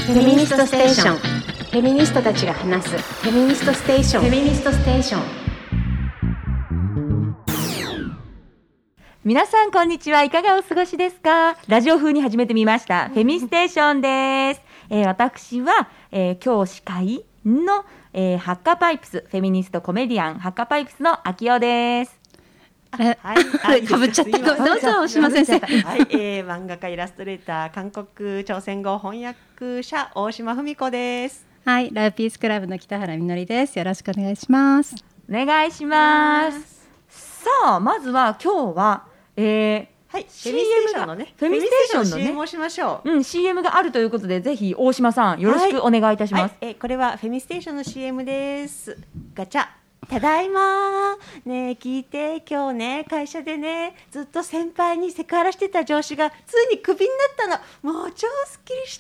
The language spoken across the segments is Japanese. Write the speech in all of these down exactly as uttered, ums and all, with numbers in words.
フェミニストステーション。フェミニストたちが話すフェミニストステーション。フェミニストステーション。 皆さんこんにちは。いかがお過ごしですか？ラジオ風に始めてみましたフェミステーションです。えー、私は、えー、今日司会の、えー、ハッカーパイプスフェミニストコメディアンハッカーパイプスの秋代です。 はい、かぶっちゃった。どうぞ大島先生。 はい、えー、漫画家イラストレーター韓国朝鮮語翻訳者大島文子です。 はい、ラブピースクラブの北原みのりです。よろしくお願いします。 お願いします。さあまずは今日は、えーはい、シーエム がのね、 フェミステーションのね、 シーエム をしましょう。 うん、シーエム があるということで、ぜひ大島さんよろしくお願いいたします。 はいはい、えー、これはフェミステーションの シーエム です。ガチャ。ただいまねえ聞いて、今日ね会社でねずっと先輩にセクハラしてた上司がついにクビになったの。もう超すっきりした。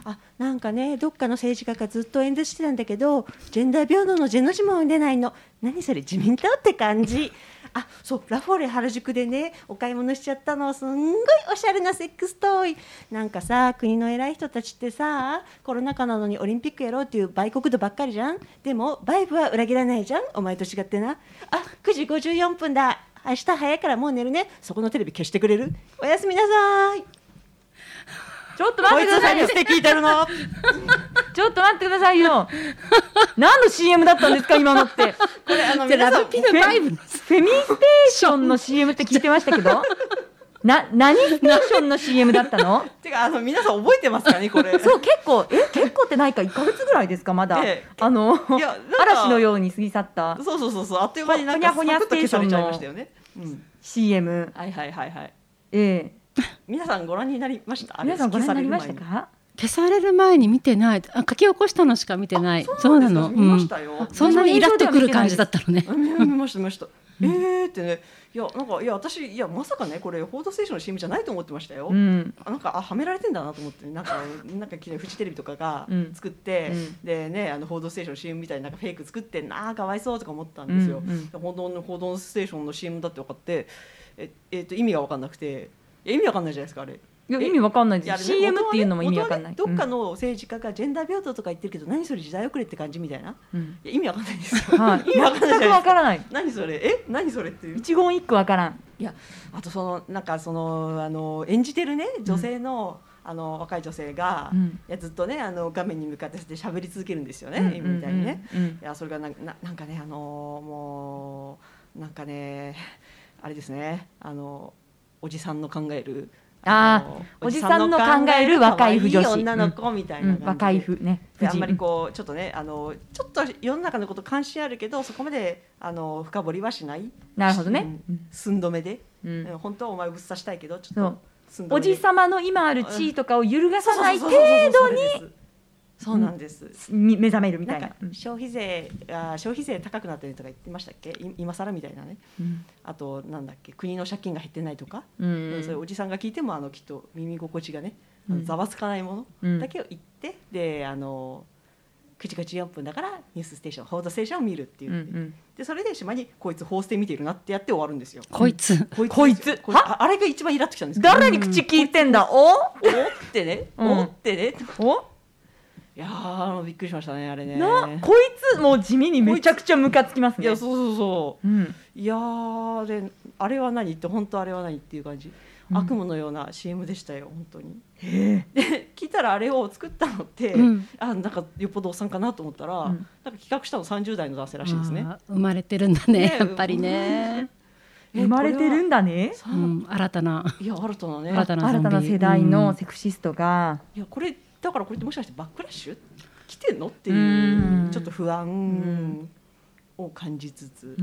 あ、なんかねどっかの政治家がずっと演説してたんだけど、ジェンダー平等のジェの字も出ないの。何それ、自民党って感じ。あ、そう、ラフォーレ原宿でねお買い物しちゃったの。すんごいおしゃれなセックストーイ。なんかさ、国の偉い人たちってさ、コロナ禍なのにオリンピックやろうっていう売国度ばっかりじゃん。でもバイブは裏切らないじゃん、お前と違ってな。あ、くじごじゅうよんぷんだ。明日早いからもう寝るね。そこのテレビ消してくれる？おやすみなさい。 ちょっと待ってくださいよ。 こいつ何して聞いてるの？ ちょっと待ってくださいよ。何の シーエム だったんですか今のって。 これあの皆さんピのバイブのフェミステーションの シーエム って聞いてましたけど、な何ステーションの シーエム だったの？ てかあの皆さん覚えてますかねこれ？ そう、結構え結構ってないかいっかげつぐらいですかまだ。 ええ、 あのいや嵐のように過ぎ去った。 そうそうそうそう、あっという間になんかほにゃほにゃステーションのサクッと消されちゃいましたよね。うん、 シーエム。 はいはいはいはい。 ええ。 皆さんご覧になりました？ 皆さんご覧になりましたか？ 消される前に見てない。あ、書き起こしたのしか見てない。 そうなの。 見ましたよ。 うん、そんなにイラッとくる感じだったのね。 見ました見ました。えーってね、いやなんかいや私いやまさかねこれ報道ステーションの シーエム じゃないと思ってましたよ。うん、なんかあはめられてんだなと思って、なんかなんかフジテレビとかが作って、うん、でねあの報道ステーションの シーエム みたいになんかフェイク作ってんなあかわいそうとか思ったんですよ。うんうん、報道の報道ステーションの シーエム だって分かって、ええー、と意味が分かんなくて、いや意味分かんないじゃないですかあれ。 いや意味わかんないです。シーエム っていうのも意味わかんない。 ね、どっかの政治家がジェンダー平等とか言ってるけど、うん、何それ時代遅れって感じみたいな。うん、いや意味わかんないですよ。はい、意味わかんないじゃないですか。 全くわからない。 何それえ何それっていう。 一言一句わからん。 いやあとそのなんかそのあの演じてるね女性の、うん、あの若い女性が、うん、いやずっとねあの画面に向かって喋り続けるんですよね、うん、みたいにね。うん、いやそれがなななんかねあのもうなんかねあれですねあのおじさんの考える。 ああ、おじさんの考える若い婦女子、 女の子みたいな感じで、うん、 若い婦ね、 であんまりこうちょっとねあのちょっと世の中のこと関心あるけどそこまであの深掘りはしない。 なるほどね。 うん、寸止めで、うん、本当はお前ぶっ刺したいけどちょっと寸止めでおじさまの今ある地位とかを揺るがさない程度にそうなんです、 うん、目覚めるみたい な, な消費税あ消費税高くなってるとか言ってましたっけ今更みたいなね、うん、あとなんだっけ国の借金が減ってないとか、うんうん、そういうおじさんが聞いてもあのきっと耳心地がねざわつかないものだけを言って、うん、であのくじごじゅうよんぷんだからニュースステーション報道ステーションを見るっていう、うんうん、でそれで島にこいつ報ステ見てるなってやって終わるんですよ。 こいつこいつこいつあ, あれが一番イラっときたんですけど誰に口聞いてんだ、うん、おおってね、うん、おってねおいやーびっくりしましたねあれね。 なこいつもう地味にめちゃくちゃムカつきますね。 いやそうそうそう、うん、いやーであれは何って本当あれは何っていう感じ、うん、悪夢のような シーエム でしたよ本当に。へで聞いたらあれを作ったのって、うん、あなんかよっぽどおっさんかなと思ったら、うん、なんか企画したのさんじゅうだいの男性らしいですね。 生まれてるんだ ね, ねやっぱりね生まれてるんだね、 うん、新たないや新たなね新たな新たな世代のセクシストが、 うん、いやこれだからこれってもしかしてバックラッシュ来てんのっていうちょっと不安を感じつつ、うん、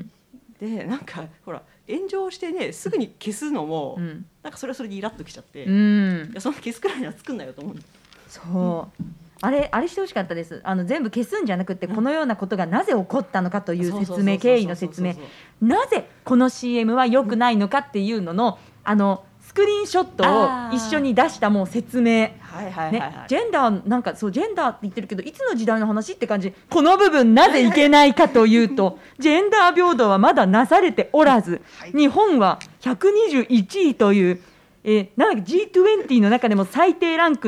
でなんかほら炎上してねすぐに消すのも、うん、なんかそれはそれでイラッときちゃって、うん、いやその消すくらいには作んなよと思う。 そう、うん、あれあれしてほしかったです。あの全部消すんじゃなくて、うん、このようなことがなぜ起こったのかという説明、経緯の説明、なぜこの シーエム は良くないのかっていうのの、うん、あのスクリーンショットを一緒に出したもう説明、 はいはいはいはいね、 ジェンダーなんかそうジェンダーって言ってるけどいつの時代の話って感じ。この部分なぜいけないかというとジェンダー平等はまだなされておらず、はい、日本はひゃくにじゅういちいという、えー、なんか ジートゥエンティー の中でも最低ランクの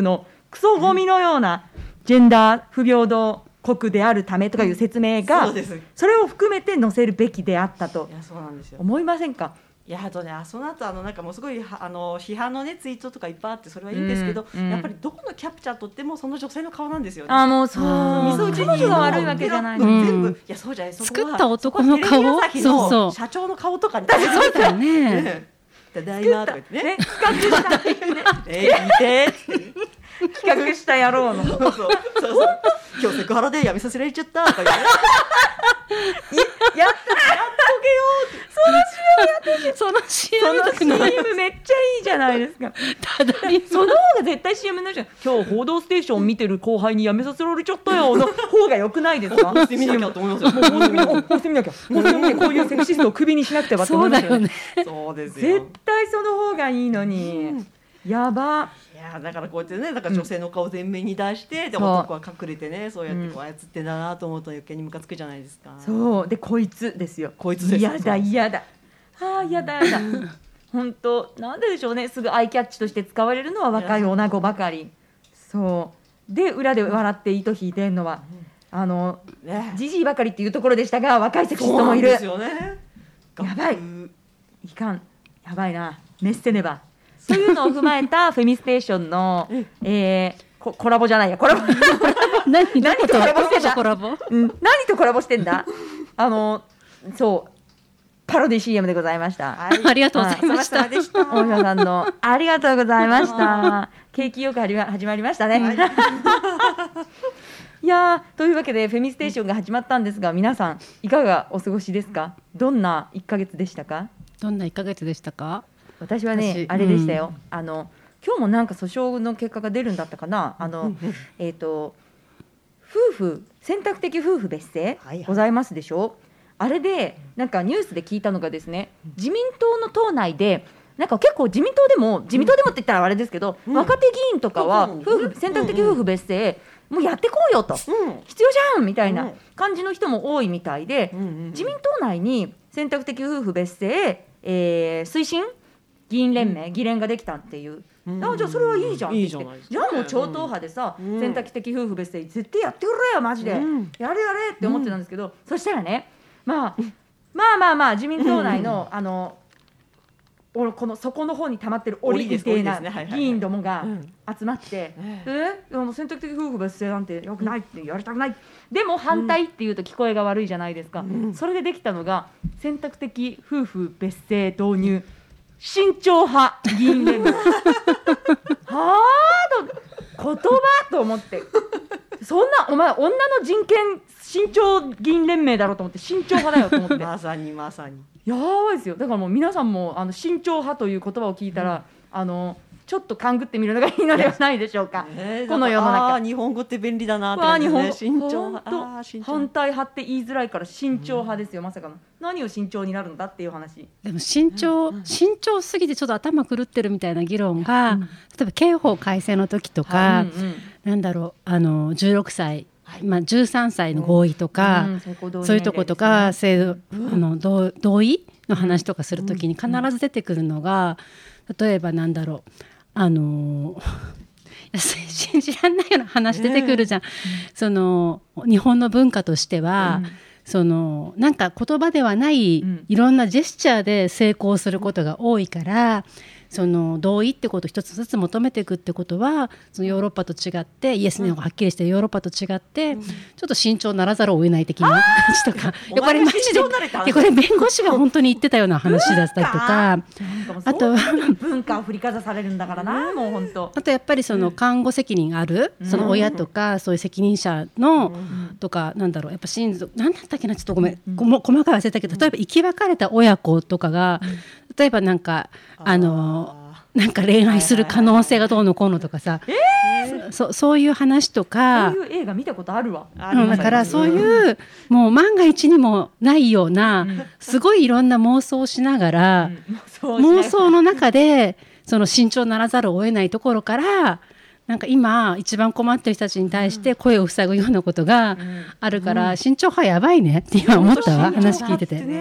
クソゴミのようなジェンダー不平等国であるためとかいう説明が、 そうです。 それを含めて載せるべきであったといやそうなんですよ。 思いませんか。 いやあとね、あその後あのなんかもうすごいあの批判のねツイートとかいっぱいあってそれはいいんですけど、 うんうん、 やっぱりどこのキャプチャーとってもその女性の顔なんですよね。 あもうそうみそじ彼女が悪いわけじゃない、 うん、全部、 うん、 いやそうじゃない、そこ作った男の顔、 そうそう社長の顔とかにそうだよね。 ねただいまとか言ってね、 ね企画したねえー、見て企画した野郎のそうそうそうそう今日セクハラでやめさせられちゃったとか言ってやっやっとけよってその シーエムその シーエム めっちゃいいじゃないですか。 ただいその方が絶対 シーエム になるじゃん。今日報道ステーション見てる後輩にやめさせられちゃったよの方が良くないですか。 押してみなきゃと思いますよ。 もう押してみなきゃ。押してみなきゃ。こういうセクシストをクビにしなくてはって思いますよね。 そうですよ。 絶対その方がいいのに、うん、やば。 いやだからこうやってね、だから女性の顔を前面に出して、うん、で男は隠れてね、そうやってこう操ってんだなと思うと余計にムカつくじゃないですか。 そうでこいつですよ。 こいつです。 嫌だ嫌だ。ああ嫌だ嫌だ。本当なんででしょうね。すぐアイキャッチとして使われるのは若い女子ばかり。そうで裏で笑って糸引いてんのは、あのジジイばかりっていうところでしたが、若いセクシストもいる。 ですよね。 やばい。いかん。やばいな。メッセねば。そういうのを踏まえたフェミステーションの、えー、コ, コラボじゃないやコラボ何何とコラボしてんだコラボ、 うん、何とコラボしてんだあのそうパロディ シーエム でございました、 はい、ありがとうございました。 大島さんのありがとうございました景気よく始まりましたね、はい、いやというわけでフェミステーションが始まったんですが、皆さんいかがお過ごしですか。どんないっかげつでしたか。 どんないっかげつでしたか。 私はねあれでしたよ、うん、あの今日もなんか訴訟の結果が出るんだったかな。あのえっと夫婦選択的夫婦別姓、はいはい、ございますでしょ。あれでなんかニュースで聞いたのがですね、自民党の党内でなんか結構自民党でも自民党でもって言ったらあれですけど、うん、若手議員とかは夫婦選択的夫婦別姓もうやってこうよと、うん、必要じゃんみたいな感じの人も多いみたいで、うんうんうん、自民党内に選択的夫婦別姓、えー、推進議員連盟、議連ができたっていう、うん、あじゃあそれはいいじゃんって言って、いいじゃないですか。じゃあもう超党派でさ、うん、選択的夫婦別姓絶対やってくれよマジで、うん、やれやれって思ってたんですけど、うん、そしたらね、まあ、まあまあまあ自民党内の、うん、あのこのそこの方に溜まってる折りみたいな議員どもが集まって、えー、選択的夫婦別姓なんてよくないって言われたくない、でも反対っていうと聞こえが悪いじゃないですか、うん、それでできたのが選択的夫婦別姓導入慎重派議員連盟はあと言葉と思って、そんなお前女の人権慎重議員連盟だろうと思って慎重派だよと思ってまさにまさにやばいですよ。だからもう皆さんもあの慎重派という言葉を聞いたら、うん、あのちょっと勘ぐってみるのがいいのではないでしょうか、えー、この世の中。 あ日本語って便利だなって感じですね。慎重派、あ慎重反対派って言いづらいから慎重派ですよ、うん、まさかの何を慎重になるんだっていう話。 でも慎重、うん、慎重すぎてちょっと頭狂ってるみたいな議論が、うん、例えば刑法改正の時とか、はいうんうん、なんだろうあのじゅうろくさい、はいまあ、じゅうさんさいの合意とか、うんうん、そういうとことか制度、うん、あの 同, 同意の話とかするときに必ず出てくるのが、例えばなんだろうあの信じられないような話出てくるじゃん、ね、その日本の文化としては、うん、そのなんか言葉ではない、うん、いろんなジェスチャーで成功することが多いから、その同意ってことを一つずつ求めていくってことはそのヨーロッパと違ってイエスのがはっきりしてヨーロッパと違って、うん、ちょっと慎重ならざるを得ない的な話とかいやこれマジでこれ弁護士が本当に言ってたような話だったりとかあと文化を振りかざされるんだからな、もう本当。 あとやっぱりその看護責任ある、うん、その親とかそういう責任者の、うん、とかなんだろうやっぱ親族なんだったっけなちょっとごめん、うん、細かい忘れたけど例えば生き別れた親子とかが、うん、例えばなんかあのなんか恋愛する可能性がどうのこうのとかさ、えー、そ, そういう話とかそういう映画見たことあるわ。 うん、だからそういう、うん、もう万が一にもないような、うん、すごいいろんな妄想をしながら、うん、妄想の中でその慎重ならざるを得ないところからなんか今一番困ってる人たちに対して声を塞ぐようなことがあるから、うん、慎重派やばいねって今思ったわ、話聞いてて。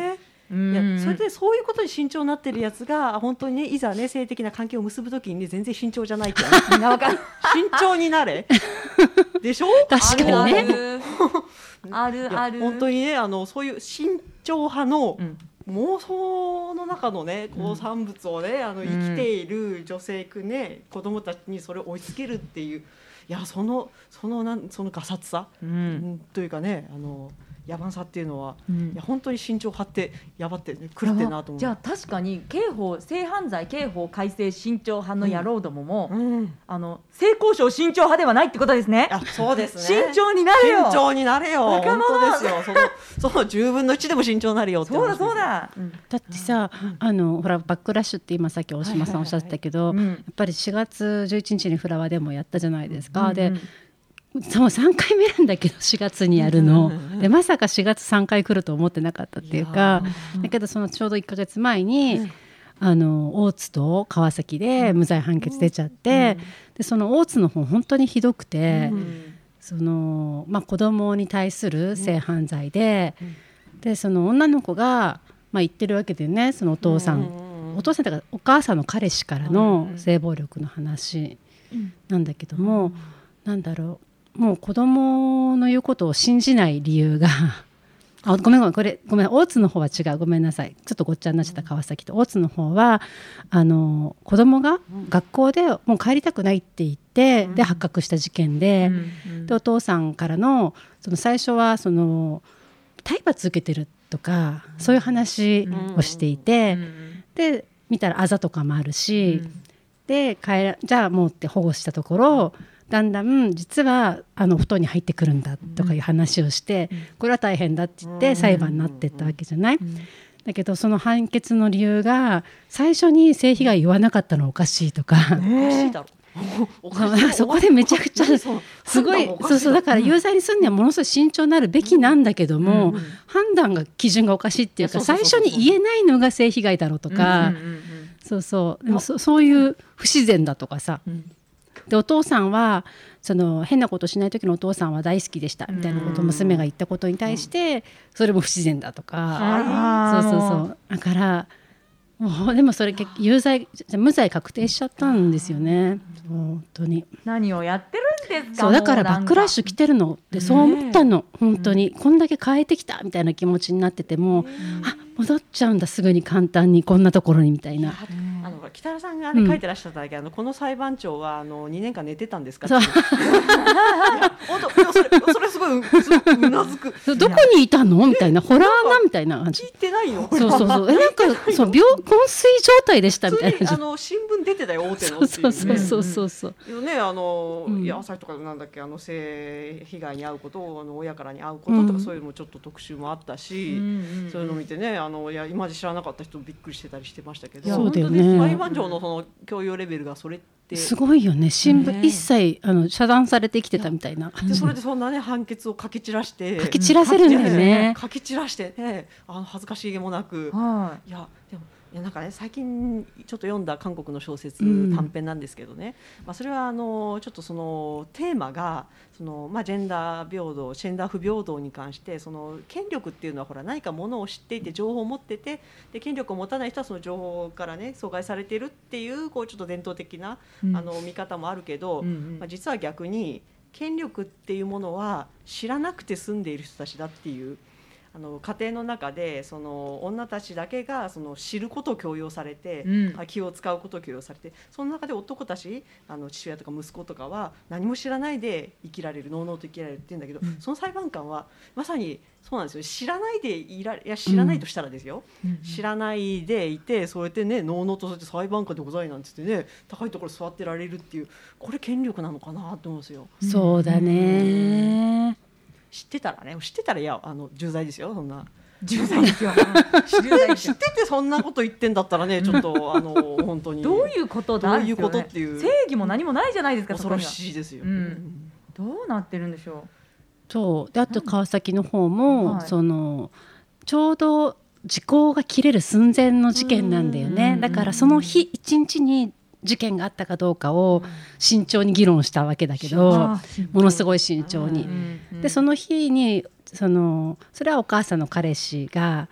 うんいやそれでそういうことに慎重になってるやつが本当にねいざね性的な関係を結ぶときに、ね、全然慎重じゃないってみんなわかる慎重になれでしょ確かにねあるあるあるいや本当にねあのそういう慎重派の、 うん妄想の中のねこう産物をね、あのうん生きている女性くね、子供たちにそれを追いつけるっていう、いやそのそのなんそのガサツさ、 ううんんというかねあの野蛮さっていうのは、 うんいや本当に慎重派ってやばって、ね、狂ってるなと思う。 じゃあ確かに刑法性犯罪刑法改正慎重派の野郎どもも、 うんあの性交渉慎重派ではないってことですね。 あそうですね慎重になれよ。 慎重になれよ若者本当ですよそのそのじゅうぶんのいちでも慎重になれよってそうだ話ですよそうだ、うんだってさ、あのほらバックラッシュって今さっき大島さんおっしゃってたけど、 はいはいはいやっぱりしがつじゅういちにちにフラワーデモやったじゃないですか、 うんうんでそうさんかいめなんだけどしがつにやるの、 うんうんうんでまさかしがつさんかい来ると思ってなかったっていうかいやーだけどそのちょうどいっかげつまえに、あの大津と川崎で無罪判決出ちゃって、でその大津の方本当にひどくて、そのまあ、子供に対する性犯罪で、でその女の子が、まあ、言ってるわけでねそのお父さん、お父さんだからお母さんの彼氏からの性暴力の話なんだけども、なんだろうもう子供の言うことを信じない理由があごめんごめんこれごめん大津の方は違うごめんなさいちょっとごっちゃになっちゃった川崎と大津の方はあの子供が学校でもう帰りたくないって言って、で発覚した事件で、でお父さんからのその最初はその体罰受けてるとかそういう話をしていて、で見たらあざとかもあるし、で帰らじゃあもうって保護したところだんだん実はあのお布団に入ってくるんだとかいう話をして、これは大変だって言って裁判になっていったわけじゃない、だけどその判決の理由が最初に性被害言わなかったのはおかしいとか、 おかしいだろおかしいそうそこでめちゃくちゃ何そのすごい判断がおかしいだろそうそうだから有罪にするにはものすごい慎重になるべきなんだけども、判断が基準がおかしいっていうかいやそう最そうそうそう初に言えないのが性被害だろうとか、そうそうでもそそういう不自然だとかさ、でお父さんはその変なことしない時のお父さんは大好きでしたみたいなことを娘が言ったことに対してそれも不自然だとか、そうそうそうだからもうでもそれ結局有罪無罪確定しちゃったんですよね本当に。 何をやってるんですか。 そうだからバックラッシュ来てるのってそう思ったの、 ねえ本当に、こんだけ変えてきたみたいな気持ちになってても、あ戻っちゃうんだすぐに簡単にこんなところにみたいな。 あの北原さんが、ねうん書いてらっしゃっただけあのこの裁判長はあのにねんかん寝てたんですかそうって本当いやそれそれすごいうすごいうなずくそうどこにいたのみたいなホラーなみたいな感じ。 聞いてないのそうそうそうえなんかそう病昏睡状態でしたみ普通にあたいな感の新聞出てたよ大手のじ。 っていうねそうそうそうそうそう。 ねあの、 うんいや朝日とかなんだっけあの性被害に遭うことをあの親からに遭うこととか、 うんそういうのもちょっと特集もあったし、 うんそういうのを見てねあのいや今まで知らなかった人もびっくりしてたりしてましたけど、 そうだよね裁判長のその教養レベルがそれってすごいよね新聞、 ね一切あの遮断されてきてたみたいなでそれでそんなね判決を書き散らして書き散らせるんだよね。 書き散らしてねあの恥ずかしげもなくはいやでもいやなんかね最近ちょっと読んだ韓国の小説、 うん短編なんですけどね、まあ、それはあのちょっとそのテーマがその、まあ、ジェンダー平等ジェンダー不平等に関してその権力っていうのはほら何かものを知っていて情報を持っててで権力を持たない人はその情報からね阻害されているっていうこうちょっと伝統的な、 うんあの見方もあるけど、 うんうんまあ、実は逆に権力っていうものは知らなくて住んでいる人たちだっていうあの家庭の中でその女たちだけがその知ることを強要されて、 うんあ気を使うことを強要されてその中で男たちあの父親とか息子とかは何も知らないで生きられるのうのうと生きられるって言うんだけど、 うんその裁判官はまさにそうなんですよ知らないでいらいや知らないとしたらですよ、 うん知らないでいてそうやってねのうのうとそうやって裁判官でございなんて言ってね高いところ座ってられるっていうこれ権力なのかなと思うんですよ。 そうだね。 知ってたらね知ってたらいやあの重罪ですよそんな。 重罪ですよ。 知って知っててそんなこと言ってんだったらねちょっとあの本当にどういうことだどういうことっていう正義も何もないじゃないですか。 恐ろそこしいですよ、 にはうんどうなってるんでしょそうであと川崎の方も、 はいそのちょうど時効が切れる寸前の事件なんだよね。 うんだからその日一日に事件があったかどうかを慎重に議論したわけだけう。 ど、 あものすごい慎重に。 うんうんでその日にそのそれはお母さんの彼氏が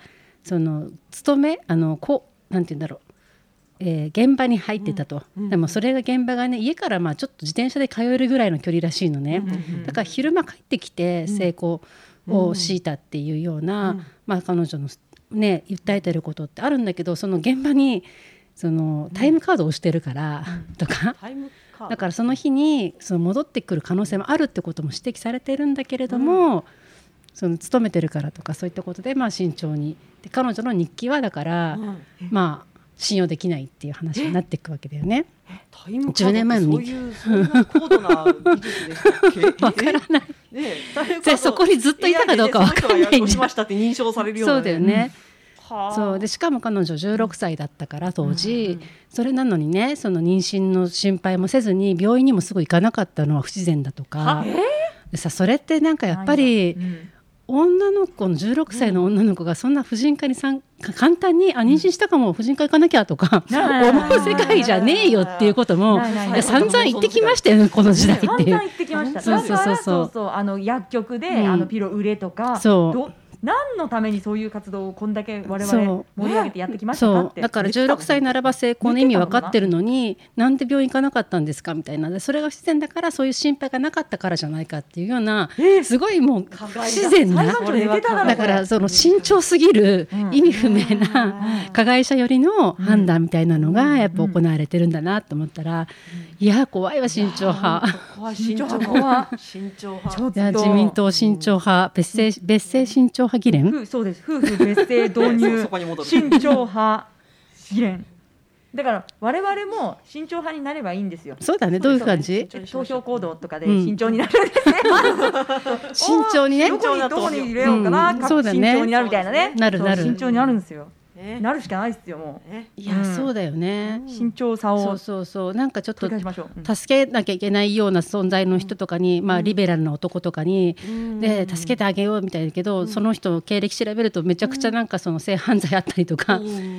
その勤めあのこうなんて言うんだろう、えー、現場に入ってたと、うんうん、でもそれが現場がね家からまあちょっと自転車で通えるぐらいの距離らしいのね、うんうん、だから昼間帰ってきて成功を強いたっていうような、うんまあ、彼女のね訴えてることってあるんだけど、その現場にそのタイムカードを押してるから、うん、とかだからその日にその戻ってくる可能性もあるってことも指摘されてるんだけれども、うん、その勤めてるからとかそういったことでまあ慎重にで彼女の日記はだから、うん、まあ信用できないっていう話になっていくわけだよね。 タイムカードってじゅうねんまえの日記そういうそんな高度な技術でしたっけ？わからない、 ね、でそこにずっといたかどうかわからないんじゃん。 しましたって認証されるような、ね、 そうだよね、うん、そうでしかも彼女じゅうろくさいだったから当時、うん、それなのにねその妊娠の心配もせずに病院にもすぐ行かなかったのは不自然だとか、でさそれってなんかやっぱり、女の子のじゅうろくさいの女の子がそんな婦人科に参簡単にあ妊娠したかも婦人科行かなきゃとか思う世界じゃねえよっていうことも散々言ってきましたよねこの時代っていう。 散々言ってきました。 そうそうそうそうそうあの薬局で、うん、あのピロ売れとかそう何のためにそういう活動をこんだけ我々盛り上げてやってきましたかって。 だからじゅうろくさいならば成功の意味分かってるのになんで病院行かなかったんですかみたいな、それが不自然だからそういう心配がなかったからじゃないかっていうような、えー、すごいもう不自然なだからその慎重すぎる意味不明な加害者よりの判断みたいなのがやっぱ行われてるんだなと思ったら、いや怖いわ慎重派慎重派慎重派いや自民党慎重派別姓別姓慎重派議連そうです夫婦別姓導入慎重派議連だから我々も慎重派になればいいんですよ。 そうだねどういう感じ投票行動とかで慎重になるんですね、 うん、慎重にねどこにどこに入れようかな、うん、そうだね、慎重になるみたいなねなるなる慎重になるんですよ、ね、なるしかないですよもう、 ね、いや、うん、そうだよね慎重さをそうそうそうなんかちょっと助けなきゃいけないような存在の人とかに、うんまあ、リベラルな男とかに、うん、で助けてあげようみたいだけど、うん、その人経歴調べるとめちゃくちゃなんかその性犯罪あったりとか、うん、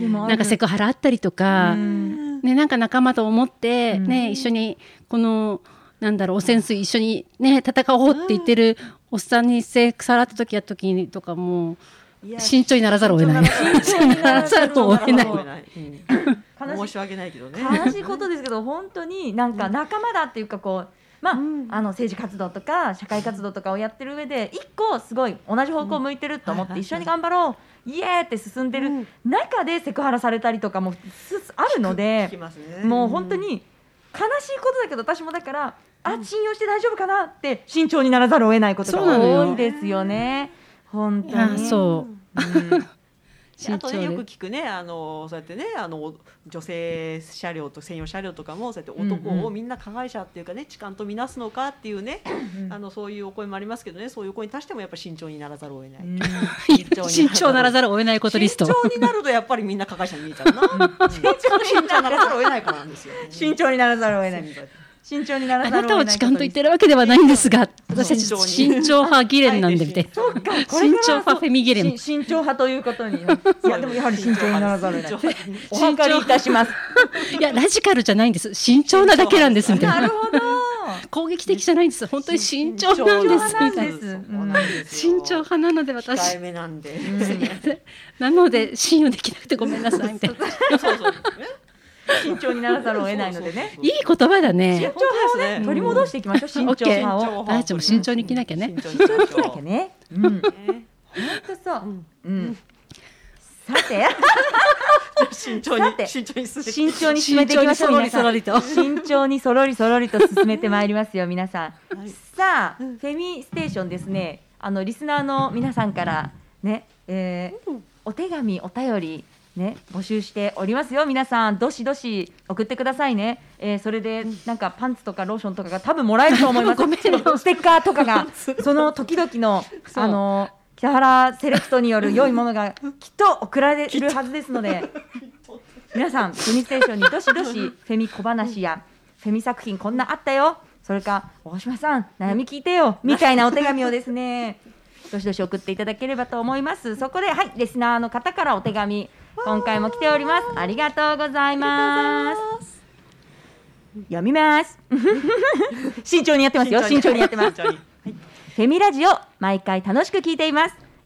なんかセクハラあったりとか、うんね、なんか仲間と思って、ねうん、一緒にこのなんだろう汚染水一緒に、ね、戦おうって言ってるおっさんにセクハラった時やった時にとかも慎重にならざるを得ない慎重にならざるを得ない申し訳ないけどね悲しいことですけど本当になんか仲間だっていうかこうまあ、うん、あの政治活動とか社会活動とかをやってる上で一個すごい同じ方向を向いてると思って一緒に頑張ろうイエーって進んでる中でセクハラされたりとかもあるので、もう本当に悲しいことだけど私もだからあ信用して大丈夫かなって慎重にならざるを得ないことが多いですよね本当にそう、うんあとねよく聞くねあのそうやってねあの女性車両と専用車両とかもそうやって男をみんな加害者っていうかね痴漢とみなすのかっていうね、うん、あのそういうお声もありますけどねそういう声に対してもやっぱ慎重にならざるを得ない、うん、 慎重ならざるを得ないことリスト慎重になるとやっぱりみんな加害者に見えちゃうな、うん、慎重にならざるを得ないからなんですよ、ね、 慎重にならざるを得ないみたいな慎重にならざるを得ないあなたは痴漢と言ってるわけではないんですが私たち慎重派議連なんでみたいな慎重派フェミ議連慎重派ということにいやでもやはり慎重にならざるを得ないお諮りいたしますいやラジカルじゃないんです慎重なだけなんですみたいななるほど攻撃的じゃないんです本当に慎重なんですみたいな慎重派なので私控えめなんでなので信用できなくてごめんなさいみたいなそうそう慎重にならざるを得ないのでねいい言葉だね慎重派をね、うん、取り戻していきましょう慎重派をあーちゃんも慎重に生きなきゃね慎重に生きなきゃねうん本当そう、うん、さて慎重に慎重に慎重に進めていきましょう皆さん慎重にそろりそろりと進めてまいりますよ皆さん、はい、さあフェミステーションですねあのリスナーの皆さんからね、えー、お手紙お便りね、募集しておりますよ皆さんどしどし送ってくださいね、えー、それでなんかパンツとかローションとかが多分もらえると思いますステッカーとかがその時々のあの北原セレクトによる良いものがきっと送られるはずですので皆さんフェミステーションにどしどしフェミ小話やフェミ作品こんなあったよそれか大島さん悩み聞いてよみたいなお手紙をですねどしどし送っていただければと思いますそこではいリスナーの方からお手紙今回も来ておりますありがとうございます読みます慎重にやってますよ慎重にやってますフェミラジオ毎回楽しく聞いています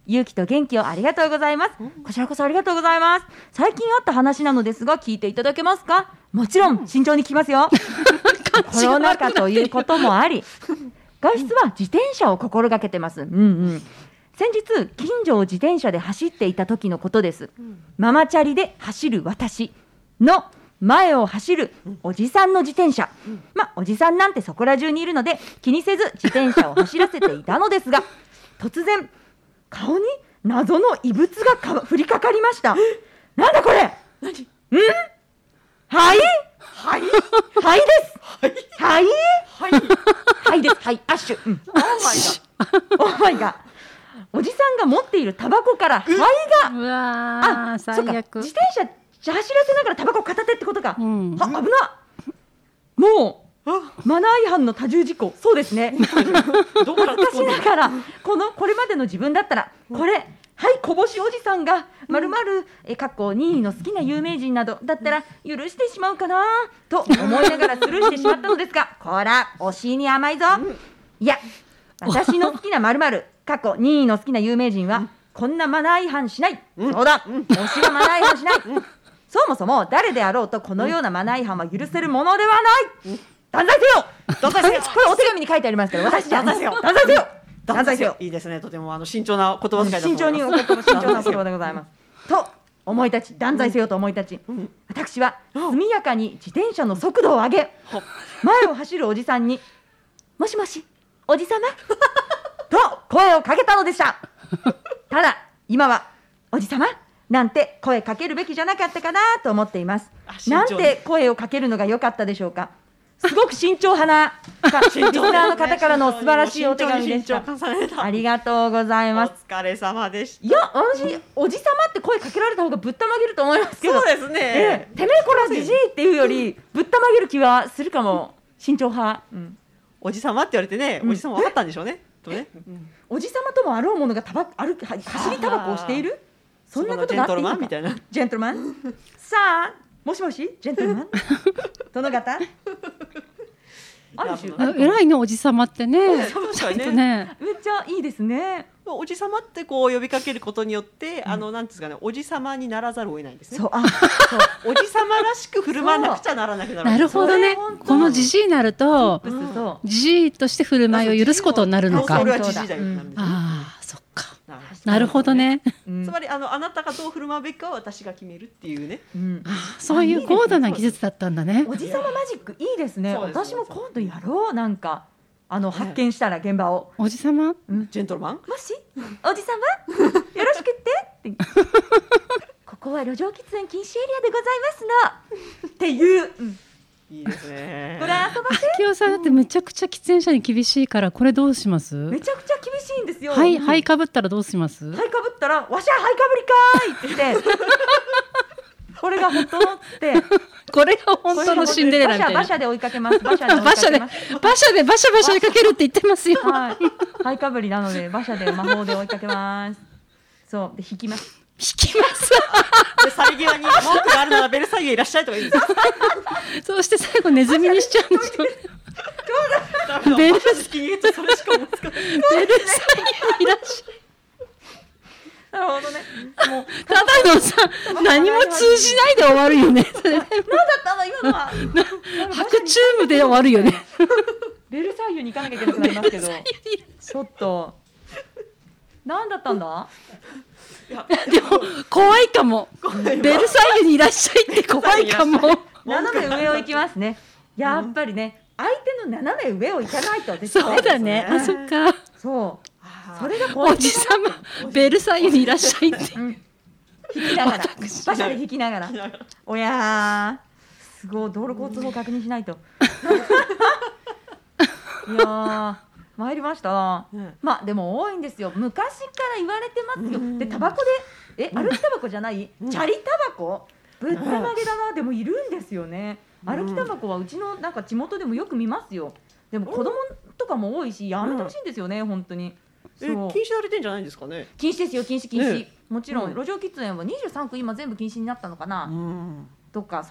勇気と元気をありがとうございます。こちらこそありがとうございます。最近あった話なのですが聞いていただけますか？もちろん慎重に聞きますよ。コロナ禍ということもあり外出は自転車を心がけてます。うんうん。先日近所を自転車で走っていた時のことです。ママチャリで走る私の前を走るおじさんの自転車、まあおじさんなんてそこら中にいるので気にせず自転車を走らせていたのですが突然顔に謎の異物がか降りかかりました。なんだこれ？何？ん？はい？はいはいですはいはいはいですはいアッシュ、うん、オーマイガオーマイガおじさんが持っているタバコから灰がうわーあ、 最悪。 自転車走らせながらタバコ片手ってことか、うん、あ危なもうマナー違反の多重事故そうですねどこからしながらこのこれまでの自分だったらこれはいこぼしおじさんがまるまるかっこ任意の好きな有名人などだったら許してしまうかなと思いながらスルーしてしまったのですがこらお尻に甘いぞ、いや私の好きなまるまるかっこ任意の好きな有名人はこんなマナー違反しない、そうだ推しはマナー違反しない、そもそも誰であろうとこのようなマナー違反は許せるものではない、断罪せよ断罪せよこれお手紙に書いてありますけど私じゃ断罪せよ断罪せよ断罪せよいいですね。とてもあの慎重な言葉遣いだと思います。 慎重にお言葉慎重な言葉でございますと思い立ち断罪せよと思い立ち、うん、私は速やかに自転車の速度を上げ前を走るおじさんにもしもしおじさまと声をかけたのでしたただ今はおじさまなんて声かけるべきじゃなかったかなと思っています。なんて声をかけるのが良かったでしょうか。すごく慎重派なリスナーの方からの素晴らしいお手紙でした。ありがとうございます。 お疲れ様でした。 いや私おじさまって声かけられた方がぶったまげると思いますけどそうですね、 ええ、てめえこらじじいっていうよりぶったまげる気はするかも。慎重派、うん、 おじさまって言われてね、おじさま分かったんでしょうね、とね、うん、 おじさまともあろうものがたば歩く走りタバコをしているそんなことがあっていいのか。 ジェントルマンみたいなジェントルマンさあもしもしジェントルマンどの方ある種偉いのおじさまってね確かにね, ねめっちゃいいですね。 おじさまってこう呼びかけることによって、うん、あのなんですかねおじさまにならざるを得ないんですね。 そうあそうおじさまらしく振る舞わなくちゃならなくなる。 なるほどね。このじじいになるとじじいとして振る舞いを許すことになるのか。 それはじじいだよ、うん、 ああそっかなるほどね、 うん、つまりあのあなたがどう振る舞うべきかは私が決めるっていうね、 うん、 そういう高度な技術だったんだね。 おじさまマジックいいですね。私も今度やろう。なんかあの発見したら現場をおじさま、 うん、 ジェントルマンもしおじさまよろしくってってここは路上喫煙禁止エリアでございますのっていう、うん、 いいですね。 これ遊ばせ秋代さんだってめちゃくちゃ喫煙者に厳しいからこれどうします？ めちゃくちゃ厳しいんですよ。 はい、はいかぶったらどうします？ はいかぶったらわしゃはいかぶりかーいって言ってこれが本当ってこれが本当のシンデレラみたいな。 馬車で追いかけます。馬車で追いかけます。 馬車で馬車馬車追いかけるって言ってますよ。 はい。はいかぶりなので馬車で魔法で追いかけます。そうで引きます。 引きます。 で去り際に文句があるならベルサイユいらっしゃいとか言うんですよ。 そうして最後ネズミにしちゃうんですよ。 ベルサイユとそれしか思いつかない。ベルサイユいらっしゃい。 なるほどね。もうただのさ何も通じないで終わるよね。 何だったの今のは。 白チュームで終わるよね。 ベルサイユに行かなきゃいけなくなりますけど。ちょっと何だったんだ。 でも怖いかも。ベルサイユにいらっしゃいって怖いかも。 斜め上を行きますね。やっぱりね相手の斜め上を行かないと。 そうだね。あそっか。 そう。それが怖い。 おじさまベルサイユにいらっしゃいって、うん、 引きながら馬車で引きながらおやーすごい道路交通法確認しないといやー参りました、うん、まあでも多いんですよ。昔から言われてますよ、うん、でタバコでえ歩きタバコじゃない、うん、チャリタバコぶったまげだな、うん、でもいるんですよね。歩きタバコはうちのなんか地元でもよく見ますよ。でも子供とかも多いしやめてほしいんですよね、うん、本当に。 え禁止されてんじゃないんですかね。 禁止ですよ禁止禁止、ね、もちろん、 うん、 路上喫煙はにじゅうさんく今全部禁止になったのかな、うん、とかそう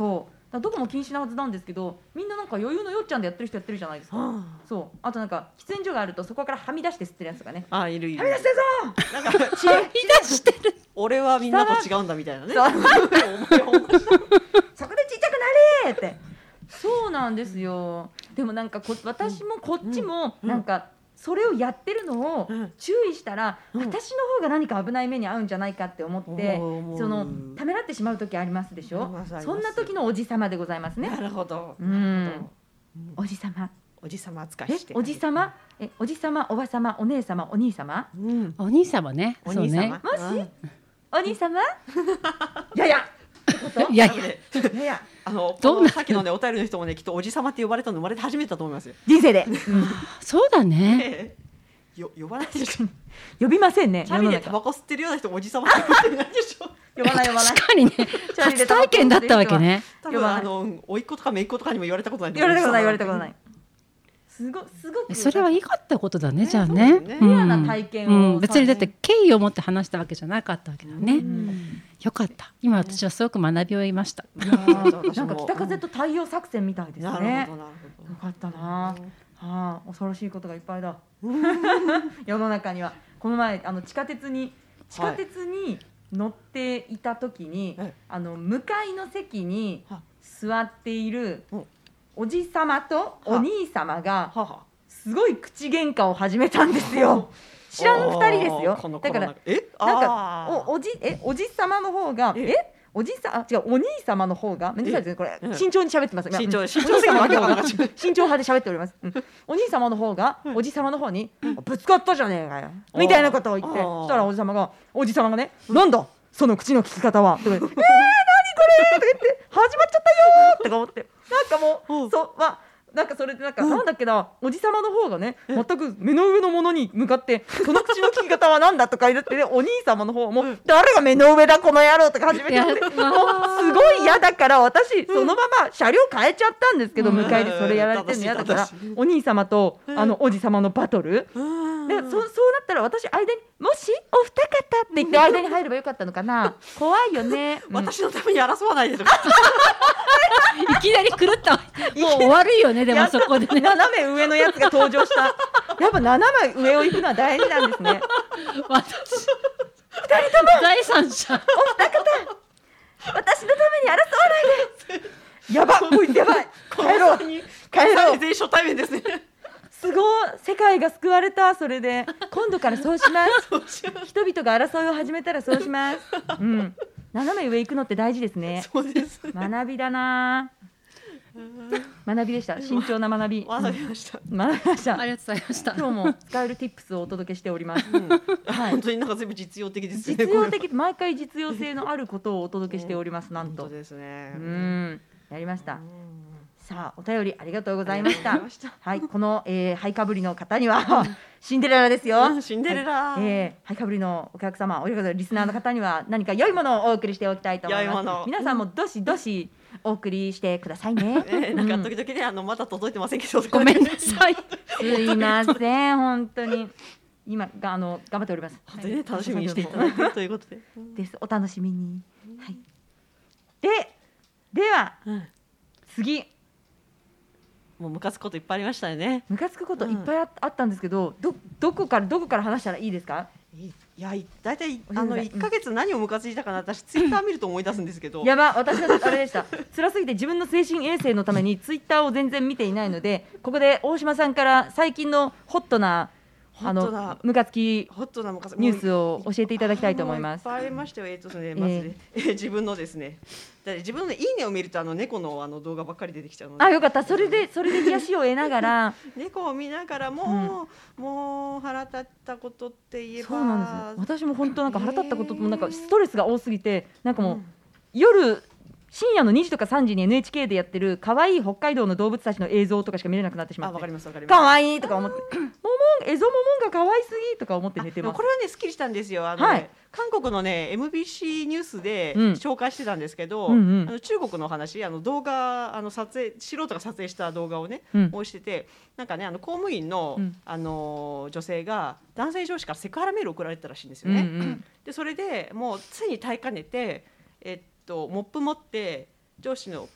らどこも禁止なはずなんですけど、みんななんか余裕のよっちゃんでやってる人やってるじゃないですか。 はそう、あとなんか喫煙所があるとそこからはみ出して吸ってるやつとかね。 あ、あいるいる。 はみ出してるぞなんかー。はみ出してる。 俺はみんなと違うんだみたいなね。 そうお前お前そこでちっちゃくなれーって。そうなんですよ。でもなんかこ私もこっちもなんかそれをやってるのを注意したら、 うん私の方が何か危ない目に遭うんじゃないかって思って、 思うそのためらってしまう時ありますでしょありますありますそんな時のおじさまでございますね。 なるほど。 うんなるほどおじさま、 おじさま扱いして。 えおじさま、えおじさま、おばさま、お姉さま、お兄様、 うん。 お兄様ね。 お兄様。 そうね。 もしお兄様いやいやってこといやいや、 いやいやあのどんなこのさっきのねお便りの人もねきっとおじさまって呼ばれたの生まれて初めてだと思いますよ。 人生で、 そうだね。 ええよ呼ばないでしょ。 呼びませんね。 チャリでタバコ吸ってるような人おじさまって呼んでないでしょ。 呼ばない呼ばない。 確かにね。初体験だったわけね。 多分あの甥っ子とか姪っ子とかにも言われたことない。 言われたことない言われたことない。すごすごくそれはいいかったことだね、じゃあそうね。 ですねレアな体験をうん別にだって敬意を持って話したわけじゃなかったわけだね。 んよかった。今私はすごく学びを得ました。 いやーなんか北風と太陽作戦みたいですなるね。 ほどなるよかったな。はあ、恐ろしいことがいっぱいだ。世の中にはこの前あの地下鉄に地下鉄に乗っていた時に、 はいあの向かいの席には座っているうんおじさまとお兄様がほど。はは。 すごい口喧嘩を始めたんですよ。知らんふたりですよあーこの。 だからコロナえなんかあーおおじえおじさまの方がええおじさあ違うお兄様の方がめんどくさいですねこれうん慎重に喋ってます今慎重うん慎重すぎてわけわかんなかった慎重派で喋っております、うんお兄様の方がおじ様の方にぶつかったじゃねえかよみたいなことを言ってあーそしたらおじ様がおじ様がねなんだその口の利き方はとか言ってえー何これとか言って始まっちゃったよーとか思ってなんかもうそうまあなんかそれでなんかなんだっけなおじさまの方がね全く目の上のものに向かってその口の利き方はなんだとか言ってねお兄様の方も誰が目の上だこの野郎とか始めちゃってもうすごい嫌だから私そのまま車両変えちゃったんですけど向かいでそれやられてるの嫌だからお兄様とあのおじ様のバトルでそそうなったら私間にもしお二方って言って間に入ればよかったのかな怖いよね、うん私のために争わないでとか。 いきなり狂った。もう終わるよね、でもそこでね。 斜め上のやつが登場したやっぱ斜め上を行くのは大事なんですね私、二人とも第三者。 私のために争わないでやばこいつやばい帰ろう帰ろう全員初対面ですね。 すごい世界が救われたそれで今度からそうします人々が争いを始めたらそうします、うん、斜め上行くのって大事ですねそうですね。 学びだな学びでした慎重な学び学びました。 うん学びましたありがとうございました。 今日も使える tips をお届けしております、はい本当になんか全部実用的ですね。 実用的毎回実用性のあることをお届けしておりますなんと本当ですね。 うんやりましたさあお便りありがとうございましたはいこの、えー、ハイかぶりの方にはシンデレラですよ、 うんシンデレラはいえー、ハイかぶりのお客様およかリスナーの方には何か良いものをお送りしておきたいと思いま良いものす皆さんもどしどしお送りしてくださいねね、なんか時々ね、あのまだ届いてませんけど、 ごめんなさい。 すいません本当に今があの頑張っております本当にね、楽しみにしていただいてるということで。 ですお楽しみに、はい、でではうん次もうムカつくこといっぱいありましたよね。 ムカつくこといっぱいあ,、あったんですけどどどこからどこから話したらいいですかいや、いだいたい教えてくださいあのいっかげつ何をムカついたかな、私ツイッター見ると思い出すんですけど。 やば私のあれでした辛すぎて自分の精神衛生のためにツイッターを全然見ていないのでここで大島さんから最近のホットなあホットなのムカつきホットなムカつニュースを教えていただきたいと思いますもういっぱいありましたよ。えっとですね、まずね、えー自分のですね、だって自分のねいいねを見るとあの猫のあの動画ばっかり出てきちゃうので。 あよかったそれでそれで癒しを得ながら猫を見ながらも、もう腹立ったことって言えば。 そうなんです私も本当なんか腹立ったこともなんかストレスが多すぎてなんかもう、夜深夜のにじとかさんじに エヌエイチケー でやってる可愛い北海道の動物たちの映像とかしか見れなくなってしまあ、 ってわかりますわかります。 可愛いとか思ってモモンエゾモモンが可愛すぎとか思って寝てますあこれはねすっきりしたんですよ。あのねはい韓国のね エムビーシー ニュースでうん紹介してたんですけど、 うんうんあの中国の話、あの動画あの撮影素人が撮影した動画をね、 うんをしてて、なんかねあの公務員の、 うんあの女性が男性上司からセクハラメールを送られてたらしいんですようんうね。 んでそれでもうついに耐えかねて、えっとモップ持って上司の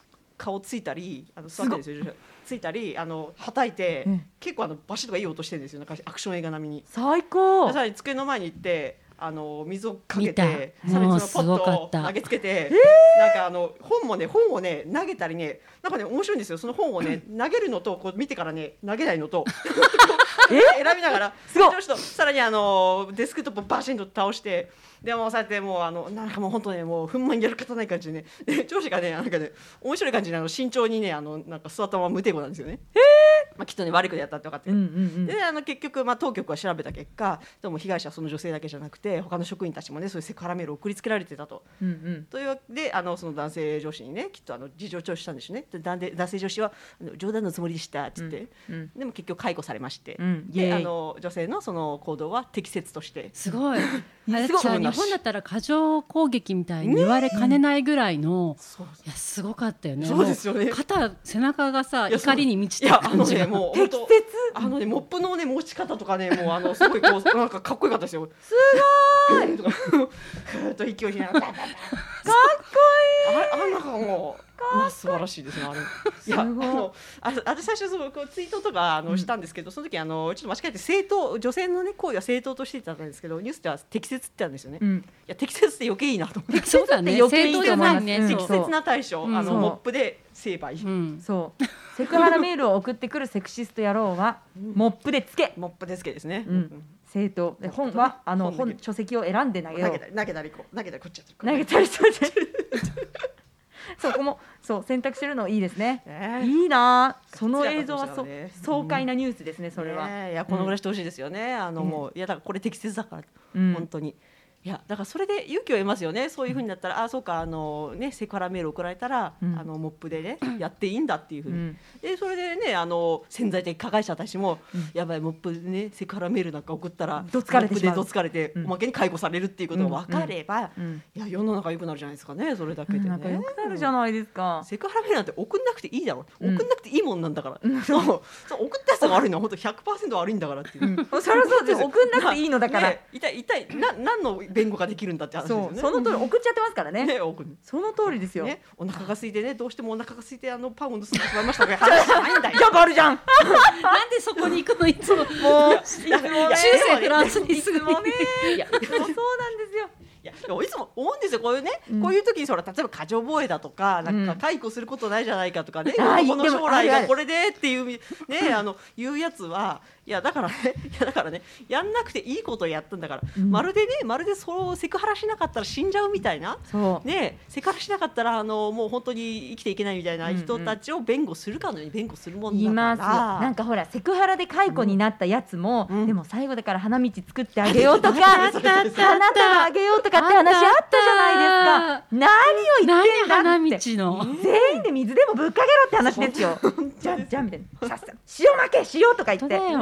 顔ついたりあの座ってるんですよついたりあの叩いて、うん、結構あのバシッとかいい音してるんですよなんかアクション映画並みに最高さらに机の前に行ってあの水をかけてさらにそのポットを投げつけて、えー、なんかあの本もね本をね投げたりねなんかね面白いんですよその本をね投げるのとこう見てからね投げないのと選びながら上司とさらにあのデスクトップをバシンと倒してでもそうやってもうあのなんかもう本当ねもうふんまにやる方ない感じでねで上司がねなんかね面白い感じであの慎重にねあのなんか座ったまま無抵抗なんですよね。へーまあ、きっとね悪いことやったって分かってる、うんうんうん、であの結局、まあ、当局は調べた結果でも被害者はその女性だけじゃなくて他の職員たちもねそういうセクハラメールを送りつけられてたと、うんうん、というわけであのその男性上司にねきっとあの事情聴取したんですよねで男性上司はあの冗談のつもりでしたって言って、うんうん、でも結局解雇されまして、うん、であの女性のその行動は適切としてすごいあれ日本だったら過剰攻撃みたいに言われかねないぐらいの、ね、いやすごかったよね。 そうですよね肩背中がさ怒りに満ちてる感じがもう適切あのねモップのね持ち方とかねもうあのすごいこうなんかかっこよかったですよ。 すごい。 とかふっと息をしながらかっこいい。あれあなんかもう。まあ素晴らしいですねあれ。いやあのあ私最初そうこうツイートとかあのしたんですけど、うん、その時あのちょっと間違えて正当女性のね行為は正当としていたんですけどニュースでは適切って言ったんですよね。うん、いや適切って余計いいなと思って。 適切って余計いいと思いますね。 適切な対処、うん、あのモップで成敗。 うん、そうセクハラメールを送ってくるセクシスト野郎はモップでつけ。 モップでつけですね。 うん、正当で本はあの本書籍を選んで投げよう。 投げたり投げたりこう投げたりこっちやってる。投げたりそうです。そこもそう選択するのいいですね、えー、いいなその映像はそ、ね、爽快なニュースですねそれは、 ね、いやこのぐらいしてほしいですよね、うん、あのもういやだからこれ適切だから、うん、本当にいやだからそれで勇気を得ますよねそういう風になったら、うん、あそうかあのねセクハラメール送られたら、うん、あのモップでねやっていいんだっていう風に、うん、でそれでねあの潜在的加害者たちも、うん、やばいモップでねセクハラメールなんか送ったらどつかれてしまうモップでどつかれて、うん、おまけに解雇されるっていうことが分かれば、うんうん、いや世の中良くなるじゃないですかねそれだけでね、 なんか良くなるじゃないですか、 うん、セクハラメールなんて送んなくていいだろ、うん、送んなくていいもんなんだから、うん、そうそう送ったやつが悪いのは本当 ひゃくパーセント 悪いんだからっていう、うん、 それはそうです送んなくていいのだから、 ね、一体一体な何の弁護ができるんだってそう、その通り送っちゃってますからね。ねその通りですよ、 ね。お腹が空いてねどうしてもお腹が空いてあのパンを盗んでしまいましたが話じゃないんだよ。 ギャグあるじゃん。 なんでそこに行くのいつも。もう中世フランスにすぐもね。いやそうなんですよ。 いやでもいつも思うんですよこういうね、うん、こういう時にそら例えば過剰防衛だとかなんか解雇することないじゃないかとかね、うん、この将来がこれでっていうねあの言うやつはいやだからねいやだからねやんなくていいことをやったんだから、うん、まるでねまるでそうセクハラしなかったら死んじゃうみたいなねセクハラしなかったらあのもう本当に生きていけないみたいな人たちを弁護するかのように弁護するもんだから、いますなんかほらセクハラで解雇になったやつも、うん、でも最後だから花道作ってあげようとか花束あげようとかって話あったじゃないですか。何を言ってんだって花道の全員で水でもぶっかけろって話ですよ。じゃんじゃんべんさっさ塩負け塩とか言って、うん、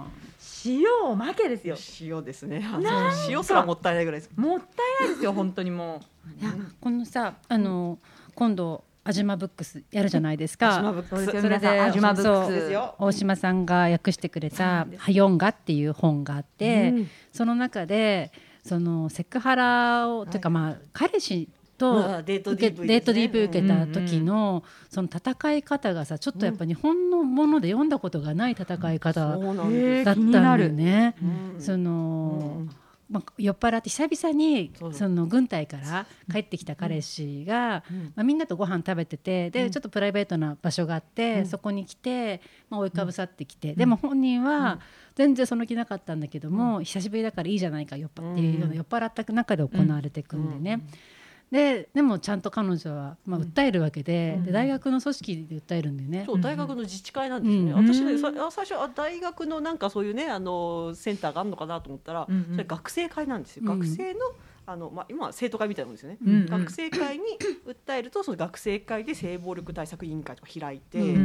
塩を負けですよ。 塩ですね。塩すらもったいないぐらいです。 もったいないですよ本当にもう。いやこのさあの今度アジマブックスやるじゃないですか。 それでアジマブックスですよ。大島さんが訳してくれたハヨンガっていう本があって、うん、その中でそのセクハラを、はい、というかまあ彼氏とデート ディーブイ、 ね、デート ディーブイ 受けた時の、うんうん、その戦い方がさちょっとやっぱ日本のもので読んだことがない戦い方だったんだよね。うん、その、うんまあ、酔っ払って久々にその軍隊から帰ってきた彼氏が、うんまあ、みんなとご飯食べててでちょっとプライベートな場所があって、うん、そこに来て、まあ、追いかぶさってきて、うん、でも本人は全然その気なかったんだけども、うん、久しぶりだからいいじゃないか酔っ払っていうような酔っ払った中で行われていくんでね、うんうんで, でもちゃんと彼女は、まあ、訴えるわけ で,、うん、で大学の組織で訴えるんだよね。 そう大学の自治会なんですよね、うん、私ね最初は大学のなんかそういうねあのセンターがあるのかなと思ったら、うん、それ学生会なんですよ、うん、学生のあの、まあ、今は生徒会みたいなもんですよね、うん、学生会に訴えるとその学生会で性暴力対策委員会とか開いて、うん、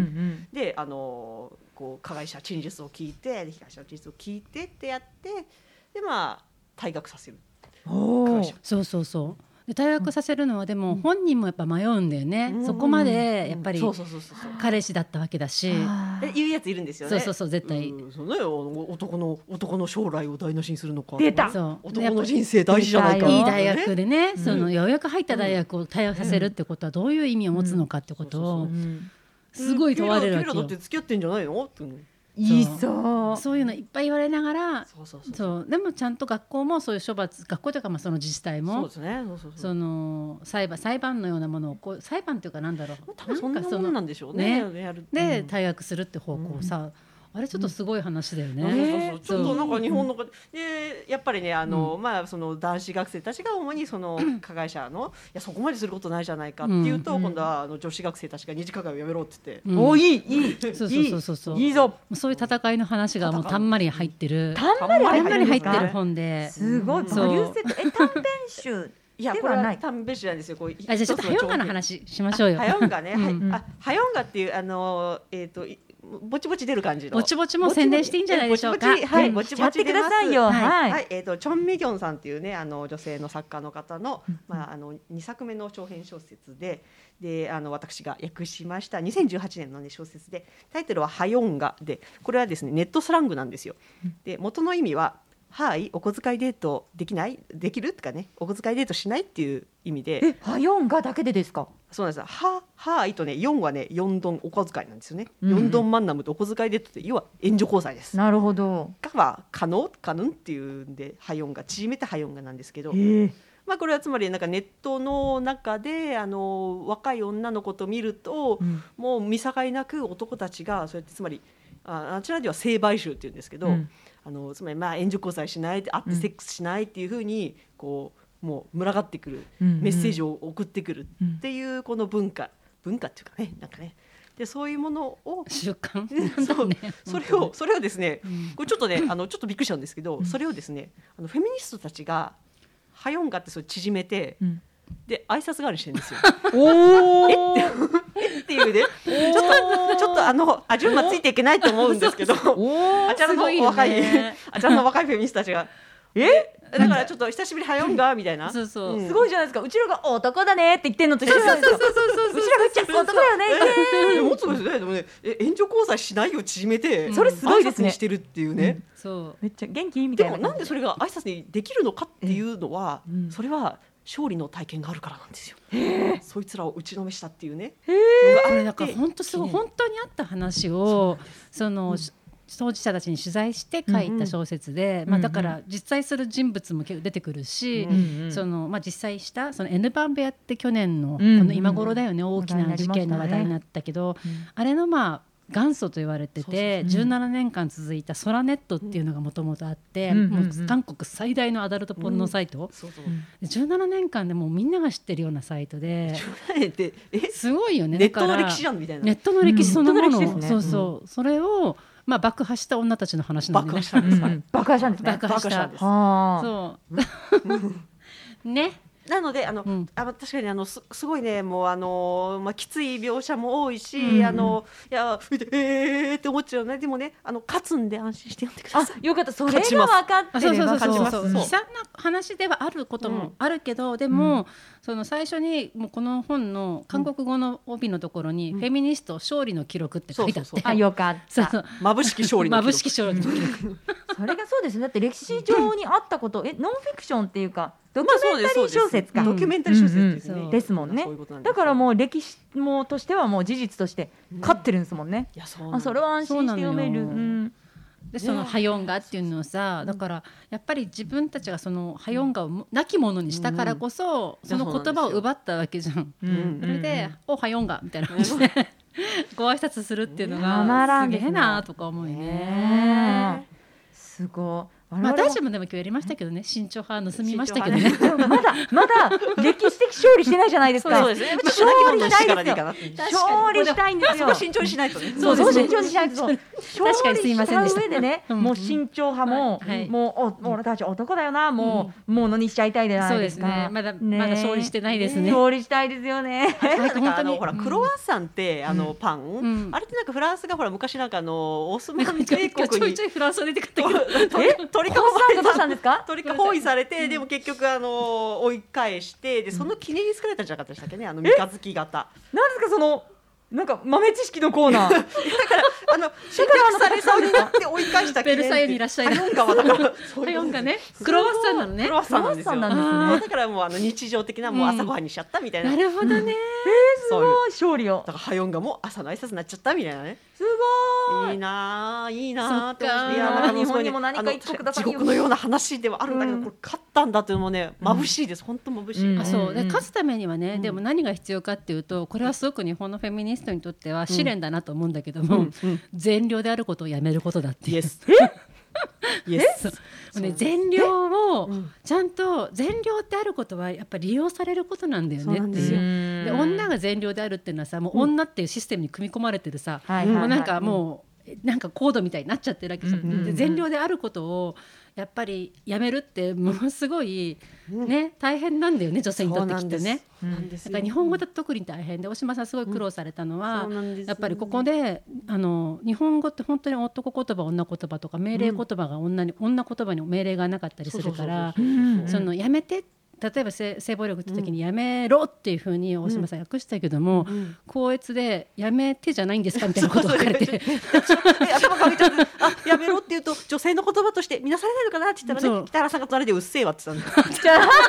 であのこう加害者陳述を聞いてで被害者の陳述を聞いてってやってでまあ退学させる。 おそうそうそうで退学させるのはでも本人もやっぱ迷うんだよね、 うん、 そこまでやっぱりそうそうそうそう彼氏だったわけだし、 え言うやついるんですよね。 そうそうそう絶対、 うん、そうね、男の男の将来を台無しにするのか。 出たそう男の人生大事じゃないか。 いい大学でね、 うん、 そのようやく入った大学を退学させるってことはどういう意味を持つのかってことをすごい問われるわけよ。 君らだって付き合ってんじゃないのって。 いいそうそういうのいっぱい言われながら、 そうそうそうそうでもちゃんと学校もそういう処罰、学校というかまあその自治体もそうですね、そうそうそう、 その裁判裁判のようなものをこう裁判というかなんだろう、 多分そんなものなんでしょうね。 ねやるで、 うん、 退学するって方向をさ、うんあれちょっとすごい話だよね、 うん、そうそうそうちょっとなんか日本のでやっぱりねあの、うんまあ、その男子学生たちが主にその加害者のいやそこまですることないじゃないかっていうと、うん、今度はあの女子学生たちが二次加害をやめろって言って、 うん、おいいいいそうそうそうそうそういいぞそういう戦いの話がもうたんまり入ってるたんまり入ってる本ですごいバリューセットえ短編集いやこれは短編集なんですよ。こうあじゃあちょっとハヨンガの話しましょうよ。 ハヨンガね、 うん、 はい、あハヨンガっていうあのえっ、ー、とぼちぼち出る感じのぼちぼちも宣伝していいんじゃないでしょうか。 ぼちぼちはいぼちぼち出ます。 はい、はいはい、えっ、ー、とチョンミギョンさんっていうねあの女性の作家の方の、うん、まああのにさくめの長編小説で、であの私が訳しましたにせんじゅうはちねんの、ね、小説でタイトルはハヨンガで、これはですねネットスラングなんですよ。で元の意味ははいお小遣いデートできないできるとかねお小遣いデートしないっていう意味で。 えハヨンガだけでですか。 そうなんです。ははいとねよんはねよんドンお小遣いなんですよね、うん、よんドンマンナムとお小遣いデートって要は援助交際です。 なるほど。 かは可能可能っていうんでハヨンガ縮めてハヨンガなんですけど、まあ、これはつまりなんかネットの中であの若い女の子と見ると、うん、もう見境なく男たちがそうやってつまり あ, あちらでは性買収っていうんですけど、うん、あのつまりまあ援助交際しない会ってセックスしないっていうふうにこうもう群がってくる、うんうん、メッセージを送ってくるっていうこの文化文化っていうかねなんかねでそういうものを習慣そう、ね、それをそれをですね、うん、これちょっとねあのちょっとびっくりしたんですけど、うん、それをですねあのフェミニストたちがハヨンガってそれ縮めて、うん、で挨拶代わりしてるんですよ。おえっていうねちょっとちょっとあのあ順番ついていけないと思うんですけどあちらの若い、ね、あちらの若いフェミニストたちがえだからちょっと久しぶりハヨンガみたいなそうそう、 うん、すごいじゃないですか。うちらが男だねって言ってんのと一緒じゃないですか。うちらが言っちゃ男だよねえもっとですねでもねえ援助交際しないよ縮めて、 うん、それすごいですね挨拶にしてるっていうね、 うん、そうめっちゃ元気みたいな。 でもなんでそれが挨拶にできるのかっていうのは、うん、それは勝利の体験があるからなんですよ。そいつらを打ちのめしたっていうね。 これだから本当すごい本当にあった話をその、うん当事者たちに取材して書いた小説で、うんうんまあ、だから実在する人物も出てくるし、うんうんそのまあ、実際したその N 番部屋って去年 の,、うんうん、この今頃だよね大きな事件の話題になったけど、うん、あれのまあ元祖と言われててそうそうそうじゅうななねんかん続いたソラネットっていうのがもともとあって、うん、もう韓国最大のアダルトポルノサイト、うんそうそうじゅうななねんかんでもうみんなが知ってるようなサイトですごいよね。 ネットの歴史じゃんみたいなネットの歴史そのもの、 うんね、そうそう、うん、それをまあ、爆破した女たちの話なんで、ね、 爆破したんです、 うん、爆破したんですね。 爆破したそうねなのであの、うん、あ確かにあの す, すごいねもうあの、まあ、きつい描写も多いし、うん、あのいやえーって思っちゃうね。でもねあの勝つんで安心して読んでください。 あよかったそれが分かってれば勝ちます。悲惨な話ではあることもあるけど、うん、でも、うん、その最初にもうこの本の韓国語の帯のところに、うん、フェミニスト勝利の記録って書いてあって、 そうそうそうあよかったそうそう眩しき勝利の記録眩しき勝利の記録それがそうですね。だって歴史上にあったことえノンフィクションっていうかドキュメンタリー小説か、 ドキュメンタリー小説ですね、 うんうん、ですもんね。だからもう歴史もとしてはもう事実として勝ってるんですもんね、 うん、いやそうあそれは安心して読める。うん、 でそのハヨンガっていうのをさだからやっぱり自分たちがそのハヨンガを亡き者にしたからこそ、うん、その言葉を奪ったわけじゃん、うん、それで、うん、おハヨンガみたいな感じでご挨拶するっていうのがすげえなとか思うよね。 すごい。 まあ、私もでも今日やりましたけどね、慎重派盗みましたけどねまだまだ歴史的勝利してないじゃないですか。 そうですね。勝利したいですよ。 勝利したいんですよ。 慎重にしないとね。 そうそう慎重にしないと。勝利した上でね、 うん、 もう慎重派も、はい、もうお俺たち男だよな、もう、うん、ものにしちゃいたいじゃないですか。 そうですね。まだ、ね、まだ勝利してないですね。 勝利したいですよね。 本当にほらクロワッサンってあのパン、うん、あれってなんかフランスがほら昔なんかあのオスマン帝国にちょいちょいフランスが出てくったけど、 え取り囲まれた取り包囲されて、でも結局あの追い返して、でその記念に作られたんじゃなかったでしたっけね、あの三日月型。 なんですかそのなんか豆知識のコーナー。だからあの侵略されそうになって追い返した記念って。 ベルサイユにいらっしゃい。 ハヨン川だから。 ハヨン川ね。クロワッサンなのね。 クロワッサンなんですよ。だからもうあの日常的なもう朝ごはんにしちゃったみたいな。 なるほどね。えー、 すごい勝利を。 だからハヨン川も朝の挨拶になっちゃったみたいなね。 すごい。 いいなあいいなあって。いやまだ日本にも何か一国だ地獄のような話ではあるんだけど、これ勝ったんだっていうのもね眩しいです。本当眩しい。 あそうで勝つためにはね、でも何が必要かっていうと、これはすごく日本のフェミニストにとっては試練だなと思うんだけども、うんうん、善良であることをやめることだっていう。Yes. えそうね、善良をちゃんと善良であることはやっぱり利用されることなんだよねっていう。で女が善良であるっていうのはさ、もう女っていうシステムに組み込まれてるさ、うん、もうなんかもう、うん、なんかコードみたいになっちゃってるわけじゃん、うんうんうん、で善良であることをやっぱりやめるってものすごい、ね、うん、大変なんだよね、女性にとってきっとね。だから日本語だと特に大変で、大島さんすごい苦労されたのは、うん、やっぱりここであの日本語って本当に男言葉女言葉とか命令言葉が女に、うん、女言葉に命令がなかったりするから、そのやめて、例えば 性, 性暴力って時にやめろっていうふうに大島さん訳したけども、うん、校閲でやめてじゃないんですかみたいなことを書かれて頭が上げちゃって、あやめろって言うと女性の言葉として見なされないのかなって言ったらね、北原さんが隣でうっせえわって言ったんです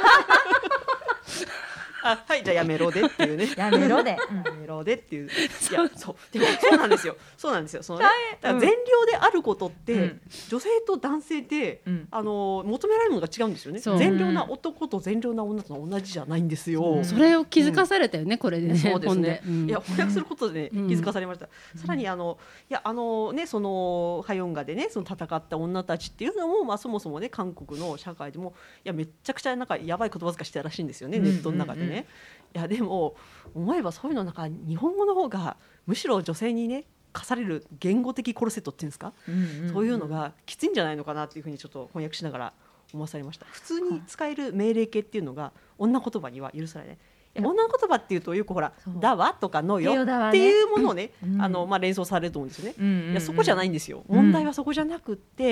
あはいじゃあやめろでっていうねやめろで、 うん、やめろでっていう、いやそうでもそうなんですよそうなんですよその、ね、だから善良であることって、うん、女性と男性で、うん、あの求められるものが違うんですよね。善良な男と善良な女と同じじゃないんですよ、うん、 それを気づかされたよね、うん、これでね。 そうですね、うん、いや翻訳することで、ね、うん、気づかされました、うん、さらにあのいやあのねそのハヨンガでねその戦った女たちっていうのも、まあ、そもそもね韓国の社会でもいやめちゃくちゃなんかやばい言葉遣いしてたらしいんですよね、うん、ネットの中でね、うんうんうん、いやでも思えばそういうのなんか日本語の方がむしろ女性にね課される言語的コルセットっていうんですか、うんうんうん、そういうのがきついんじゃないのかなっていうふうにちょっと翻訳しながら思わされました。普通に使える命令形っていうのが女言葉には許されない。女の言葉っていうとよくほらだわとかのよっていうものをね、うん、あのまあ、連想されると思うんですよね、うんうんうん、いやそこじゃないんですよ。問題はそこじゃなくって、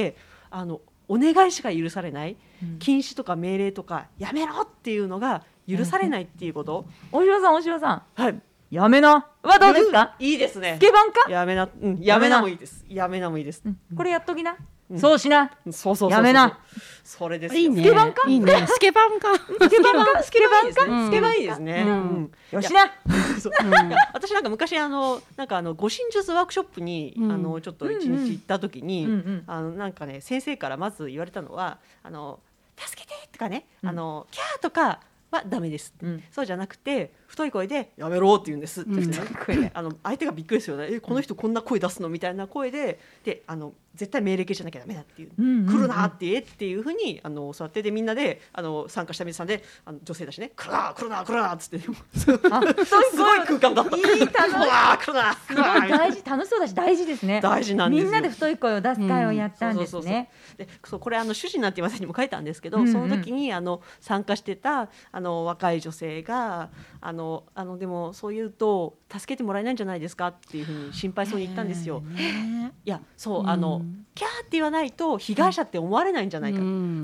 あのお願いしか許されない、うん、禁止とか命令とかやめろっていうのが許されないっていうこと、 大城さん大城さん、 はい、 やめなはどうですか。 いいですね。 スケバンかやめな、うん、やめなもいいです。やめなもいいです、うん、 これやっときな、うん、そうしな、 そうそうそうそう、 やめな、 それですよ。 いいね、 スケバンか、 いいね、スケバンかスケバンかスケバンか、 うん、スケバンいいですね、うんうん、 よしなそう、うん、私なんか昔あのなんかあの護身術ワークショップに、うん、あのちょっと一日行った時に、うんうん、あのなんかね先生からまず言われたのは、あの助けてとかね、あの、うん、キャーとかはダメです、うん、そうじゃなくて太い声でやめろって言うんですって、うんね、あの相手がびっくりするよね、えこの人こんな声出すのみたいな声で、であの絶対命令形じゃなきゃダメだっていう、うんうんうん、来るなってっていうふうにあの教わって、でみんなであの参加した皆さんで、あの女性だしね、来るな来るな来るなっつってすごい空間だった。いい楽しい、来るな来るな来るな、 大事、楽しそうだし大事ですね。 大事なんですよ。 みんなで太い声を出す会をやったんですね。 でそうこれあの主人なんて今さんにも書いたんですけど、うんうん、その時にあの参加してたあの若い女性があのあのでもそう言うと助けてもらえないんじゃないですかっていうふうに心配そうに言ったんですよ。いやそう、うん、あのキャーって言わないと被害者って思われないんじゃないか、うん、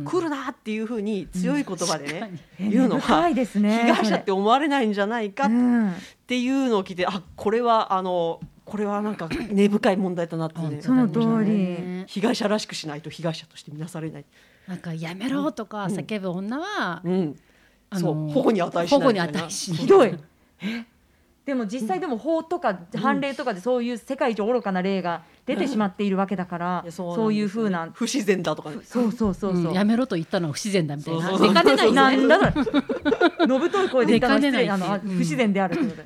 来るなっていうふうに強い言葉でね、うん、言うのは、 ね、被害者って思われないんじゃないかっていうのを聞いて、あこれはあのこれはなんか根深い問題だなってね、 その通り、 被害者らしくしないと被害者として見なされない。 なんかやめろとか叫ぶ女は、 うんうん、あのそう保護に値しない、 保護に値しない、 ひどいえでも実際でも法とか判例とかでそういう世界一愚かな例が出てしまっているわけだから、うん、そうそういう風な不自然だとか、ね、 そうそうそうそう、 うん、やめろと言ったのは不自然だみたいな、 出かねないね、なんだそれのぶとい声で言ったのは失礼、あの不自然であるということで、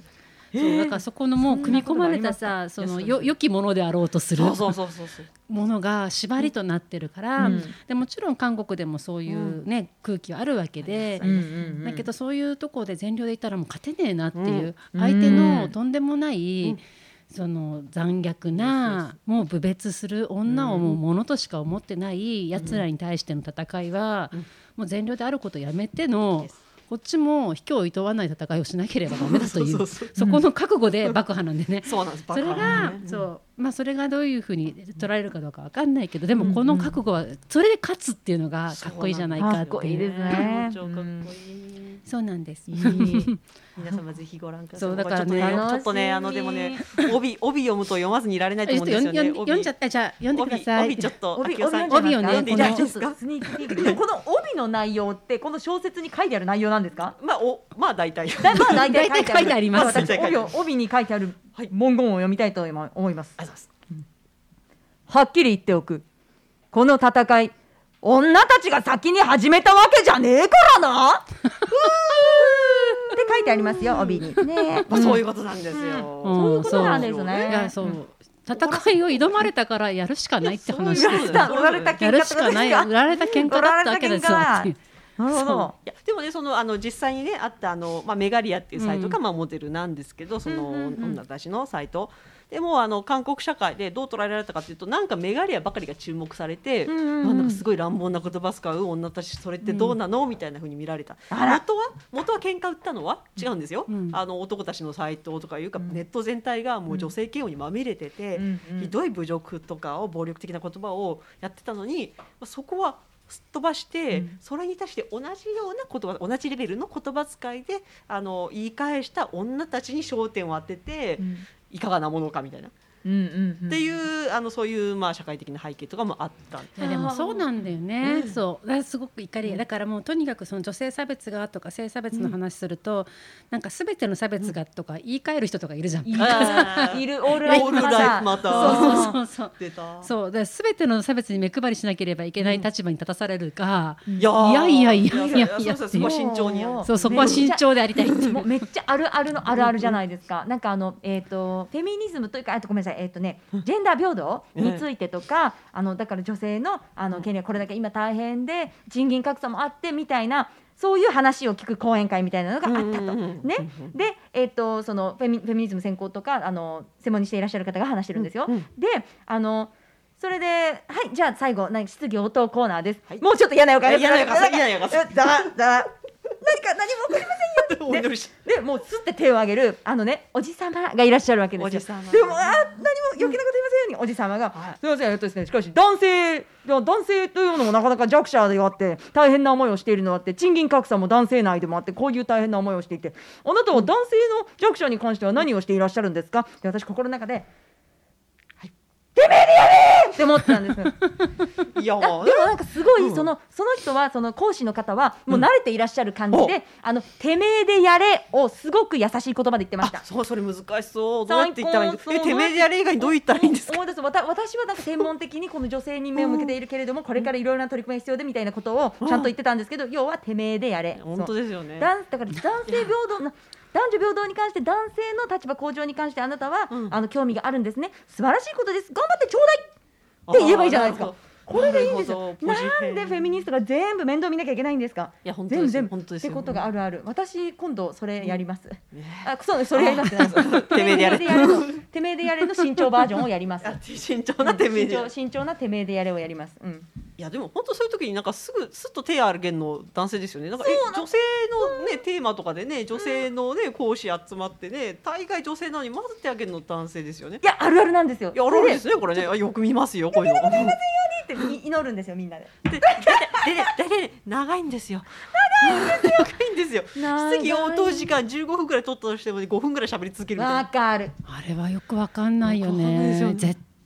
そうだからそこのもう組み込まれたさ、そのよ良きものであろうとするそうそうそうそうそうものが縛りとなってるから、 うん、 でもちろん韓国でもそういうね、うん、空気はあるわけで、 うんうんうん、 だけどそういうところで全量でいったらもう勝てねえなっていう、うん、相手のとんでもない、うん、その残虐な、うん、もう侮蔑する女をもうものとしか思ってないやつらに対しての戦いは、うん、もう全量であることをやめての、こっちも卑怯をいとわない戦いをしなければダメだというそうそうそう、そこの覚悟で爆破なんでねそうなんです、 それが、ね、そうまあ、それがどういうふうに捉えるかどうか分かんないけど、でもこの覚悟はそれで勝つっていうのがかっこいいじゃないかっていう、 かっこいいですね。 超かっこいい。 そうなんです。 皆様ぜひご覧ください。 そうだからね、 ちょっとね、あのでもね、帯帯読むと読まずにいられないと思うんですよね。 読んじゃった。じゃあ読んでください。 帯ちょっと帯をね、 帯をね、 このスニークピークでこの帯の内容ってこの小説に書いてある内容なんですか？ まあおまあ大体まあ大体書いてあります。 私帯を帯に書いてある文言を読みたいと思います。はっきり言っておく。この戦い、女たちが先に始めたわけじゃねえからなって書いてありますよ、帯にね。 まあ、そういうことなんですよ、 うん、そういうことなんですね。 いや、そう、戦いを挑まれたからやるしかないって話です。 売られた喧嘩やるしかない、売られた喧嘩だったわけですよ。 なるほど。 いやでもね、そのあの実際にねあったあの、まあ、メガリアっていうサイトが、うん、まあ、モデルなんですけど、その女たちのサイトでもあの韓国社会でどう捉えられたかというと、なんかメガリアばかりが注目されて、うんうんうん、なんかすごい乱暴な言葉使う女たち、それってどうなの、うん、みたいな風に見られた。元は元は喧嘩売ったのは違うんですよ、うん、あの男たちのサイトとかいうか、うん、ネット全体がもう女性嫌悪にまみれてて、うんうん、ひどい侮辱とかを暴力的な言葉をやってたのに、そこはすっ飛ばして、うん、それに対して同じような言葉、同じレベルの言葉遣いであの言い返した女たちに焦点を当てて、うん、いかがなものかみたいな、うんうんうん、っていうあのそういう、まあ、社会的な背景とかもあったんで。 いやでもそうなんだよね、うん、そうだからすごく怒り、だからもうとにかくその女性差別がとか性差別の話すると、うん、なんか全ての差別がとか言い換える人とかいるじゃん、うん、 いるオールライフマター、 そうそうそう出た、そうだ全ての差別に目配りしなければいけない立場に立たされるか、うん、いやいやいやいやいやいや、 そこは慎重にそう、そこは慎重でありたいってもうめっちゃあるあるのあるあるじゃないですか。なんかあのえっ、ー、とフェミニズムというか、あとごめんなさい、えっ、ー、とねジェンダー平等についてとか、あのだから女性のあの権利はこれだけ今大変で賃金格差もあってみたいな、そういう話を聞く講演会みたいなのがあったと、ね、で、えー、とそのフェミ、フェミニズム専攻とかあの専門にしていらっしゃる方が話してるんですよ、うんうん、であのそれで、はい、じゃあ最後質疑応答コーナーです、はい、もうちょっと嫌な予感が嫌な予感嫌な予感だだ何か何も分かりませんよで, でもうすって手を挙げるあのねおじさまがいらっしゃるわけですよ。おじさまでもあ何も余計なこと言いませんように、おじさまが、はい、すみません、えっとですね、しかし男性男性というのもなかなか弱者であって大変な思いをしているのがあって、賃金格差も男性内でもあって、こういう大変な思いをしていて、あなたは男性の弱者に関しては何をしていらっしゃるんですかって私心の中で、はい、てめえでやれって思ったんですよいやでもなんかすごいその、うん、その人はその講師の方はもう慣れていらっしゃる感じで、うん、あのてめえでやれをすごく優しい言葉で言ってました。 そう、それ難しそう。どうやって言ったらいいんですか。えてめえでやれ以外にどう言ったらいいんですか。 思い出す。わた私はなんか専門的にこの女性に目を向けているけれども、これからいろいろな取り組みが必要でみたいなことをちゃんと言ってたんですけど、要はてめえでやれ。 本当ですよね。 だから男性平等な男女平等に関して、男性の立場向上に関してあなたは、うん、あの興味があるんですね、素晴らしいことです、頑張ってちょうだいって言えばいいじゃないですか。これでいいんですよ。なんでフェミニストが全部面倒見なきゃいけないんですか。 いや本当ですよ、 全部本当ですよってことがあるある。私今度それやります、うん、あそうそれやりますねてめえでやれてめえでやれの慎重バージョンをやります慎重なてめえでやれ、 慎重なてめえでやれをやります、うん、 いやでも本当そういう時になんかすぐすっと手を挙げるの男性ですよね。なんかえ女性の、ね、テーマとかでね、女性の、ね、講師集まってね、大概女性なのにまず手を挙げるの男性ですよね。 いやあるあるなんですよ。 いやあるあるですねこれね。よく見ますよこういうの。 やめてくださいようにって祈るんですよみんなで。 でででで長いんですよ。長いんですよ。質疑応答時間じゅうごふんぐらい取ったとしてもごふんぐらい喋り続けるみたいな。 わかる。 あれはよくわかんないよね。絶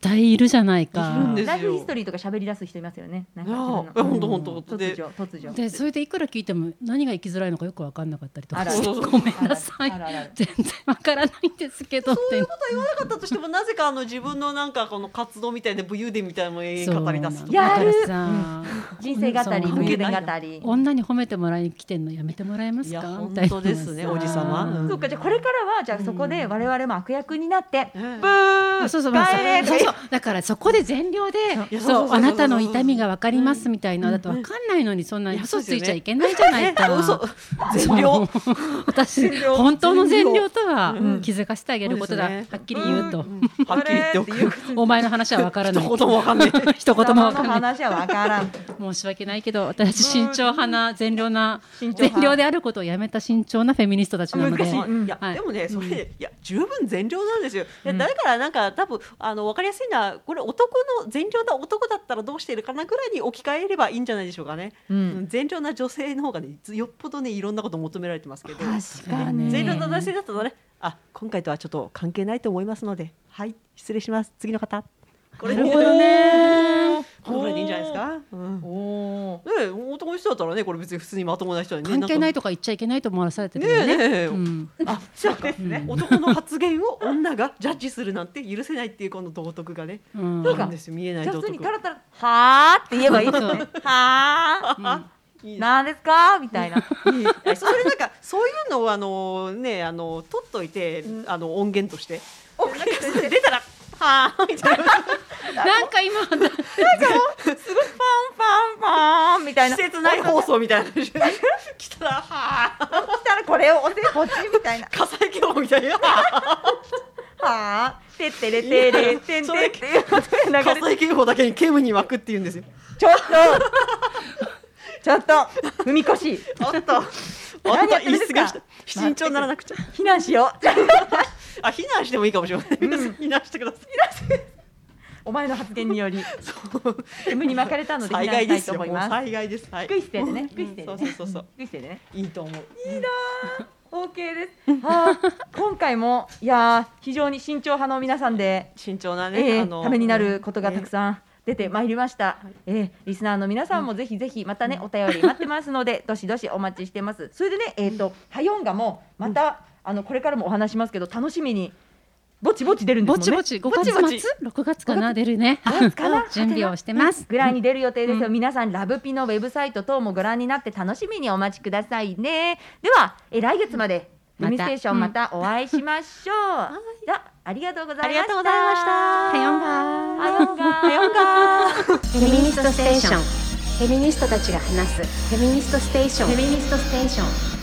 対いるじゃないか。 いるんですよライフヒストリーとか喋り出す人いますよね。なんかいや自分のいや本当本当突で如突如。 でそれでいくら聞いても何が生きづらいのかよく分かんなかったりとあからしてそうそうごめんなさいあらあらあら全然分からないんですけどってそういうことは言わなかったとしてもなぜかあの自分のなんかこの活動みたいな武勇伝みたいなのを語り出すとやだからるさ、 人生語り、 そう武勇伝語り。 女に褒めてもらいに来てんのやめてもらえますいやか本みたいな当ですねおじさま、うんそうか、じゃあこれからはじゃあそこで我々も悪役になって、 うんブーそうそう帰れそうそうだからそこで全量でいやそうそうそうそうあなたの痛みが分かりますみたいなだと分かんないのにそんなに嘘ついちゃいけないじゃないか。 嘘全量そう私本当の善良とはうん気づかせてあげることだ、 そうですねはっきり言うと、 はっきり言っておくお前の話は分からない一言もわかんない一言も分かのんない話はわからん。 申し訳ないけど私慎重派な善良な慎重派善良であることをやめた慎重なフェミニストたちなので難しいうんいや、 はいでもねそれ、いや十分善良なんですよ、いやうんだからなんか多分あの分かりやすいのはこれ男の善良な男だったらどうしているかなぐらいに置き換えればいいんじゃないでしょうかね、 うんうん善良な女性の方がねよっぽどねいろんなこと求められてますけど確かに。 善良な男性だとねあ今回とはちょっと関係ないと思いますのではい失礼します次の方これなるほどね。 このぐらいでいいんじゃないですか、うんおお。 ね、男の人だったらねこれ別に普通にまともな人にね関係ないととか言っちゃいけないと思わされてるねよねえねえ、 うんあそうですね、男の発言を女がジャッジするなんて許せないっていうこの道徳がね、 うんそうかあるんですよ見えないじゃあ道徳普通にタラタラはーって言えばいいですね。はあいいー。なんですかみたいな。 えそれなんかそういうのをあのねあの取っといて、あの音源としてなんか出たらはあみたいななんか今すごいパンパンパンみたいな。 施設内放送みたいな来たらはあしたらこれを押せこっちみたいな。 火災警報みたいなはあ。てってれてれてんてんっていうことで流れて。 火災警報だけに煙に巻くって言うんですよちょっと。ちょっと踏み越し。 あったあっ何やたってるんですか言い過ぎました慎重にならなくちゃ避難しよう。 あ避難してもいいかもしれない、皆さん避難してくださいお前の発言により煙に巻かれたので避災難したい害ですよもうと思います。 災害ですはい低い姿勢でね。低い姿勢でね。 そうそうそうそう低い姿勢でね。 いいと思ういいなー。OK です。はあ、今回もいやー非常に慎重派の皆さんで、 慎重なね、 えあのー、ためになることがたくん、 さん出てまいりました。えー、リスナーの皆さんもぜひぜひまたねお便り待ってますのでどしどしお待ちしてます。それでねえっ、とハヨンガもまたあのこれからもお話しますけど楽しみにぼちぼち出るんですもんね。 ぼちぼちごがつぼちぼち末ろくがつかな出るねごがつかな準備をしてますぐらいに出る予定ですよ、皆さんラブピのウェブサイト等もご覧になって楽しみにお待ちくださいね。ではえ来月までまたフェミステーションまたお会いしましょう、じゃあありがとうございました。 ありがとうございましたはよんがはよんがはよんがフェミニストステーションフェミニストたちが話すフェミニストステーションフェミニストステーション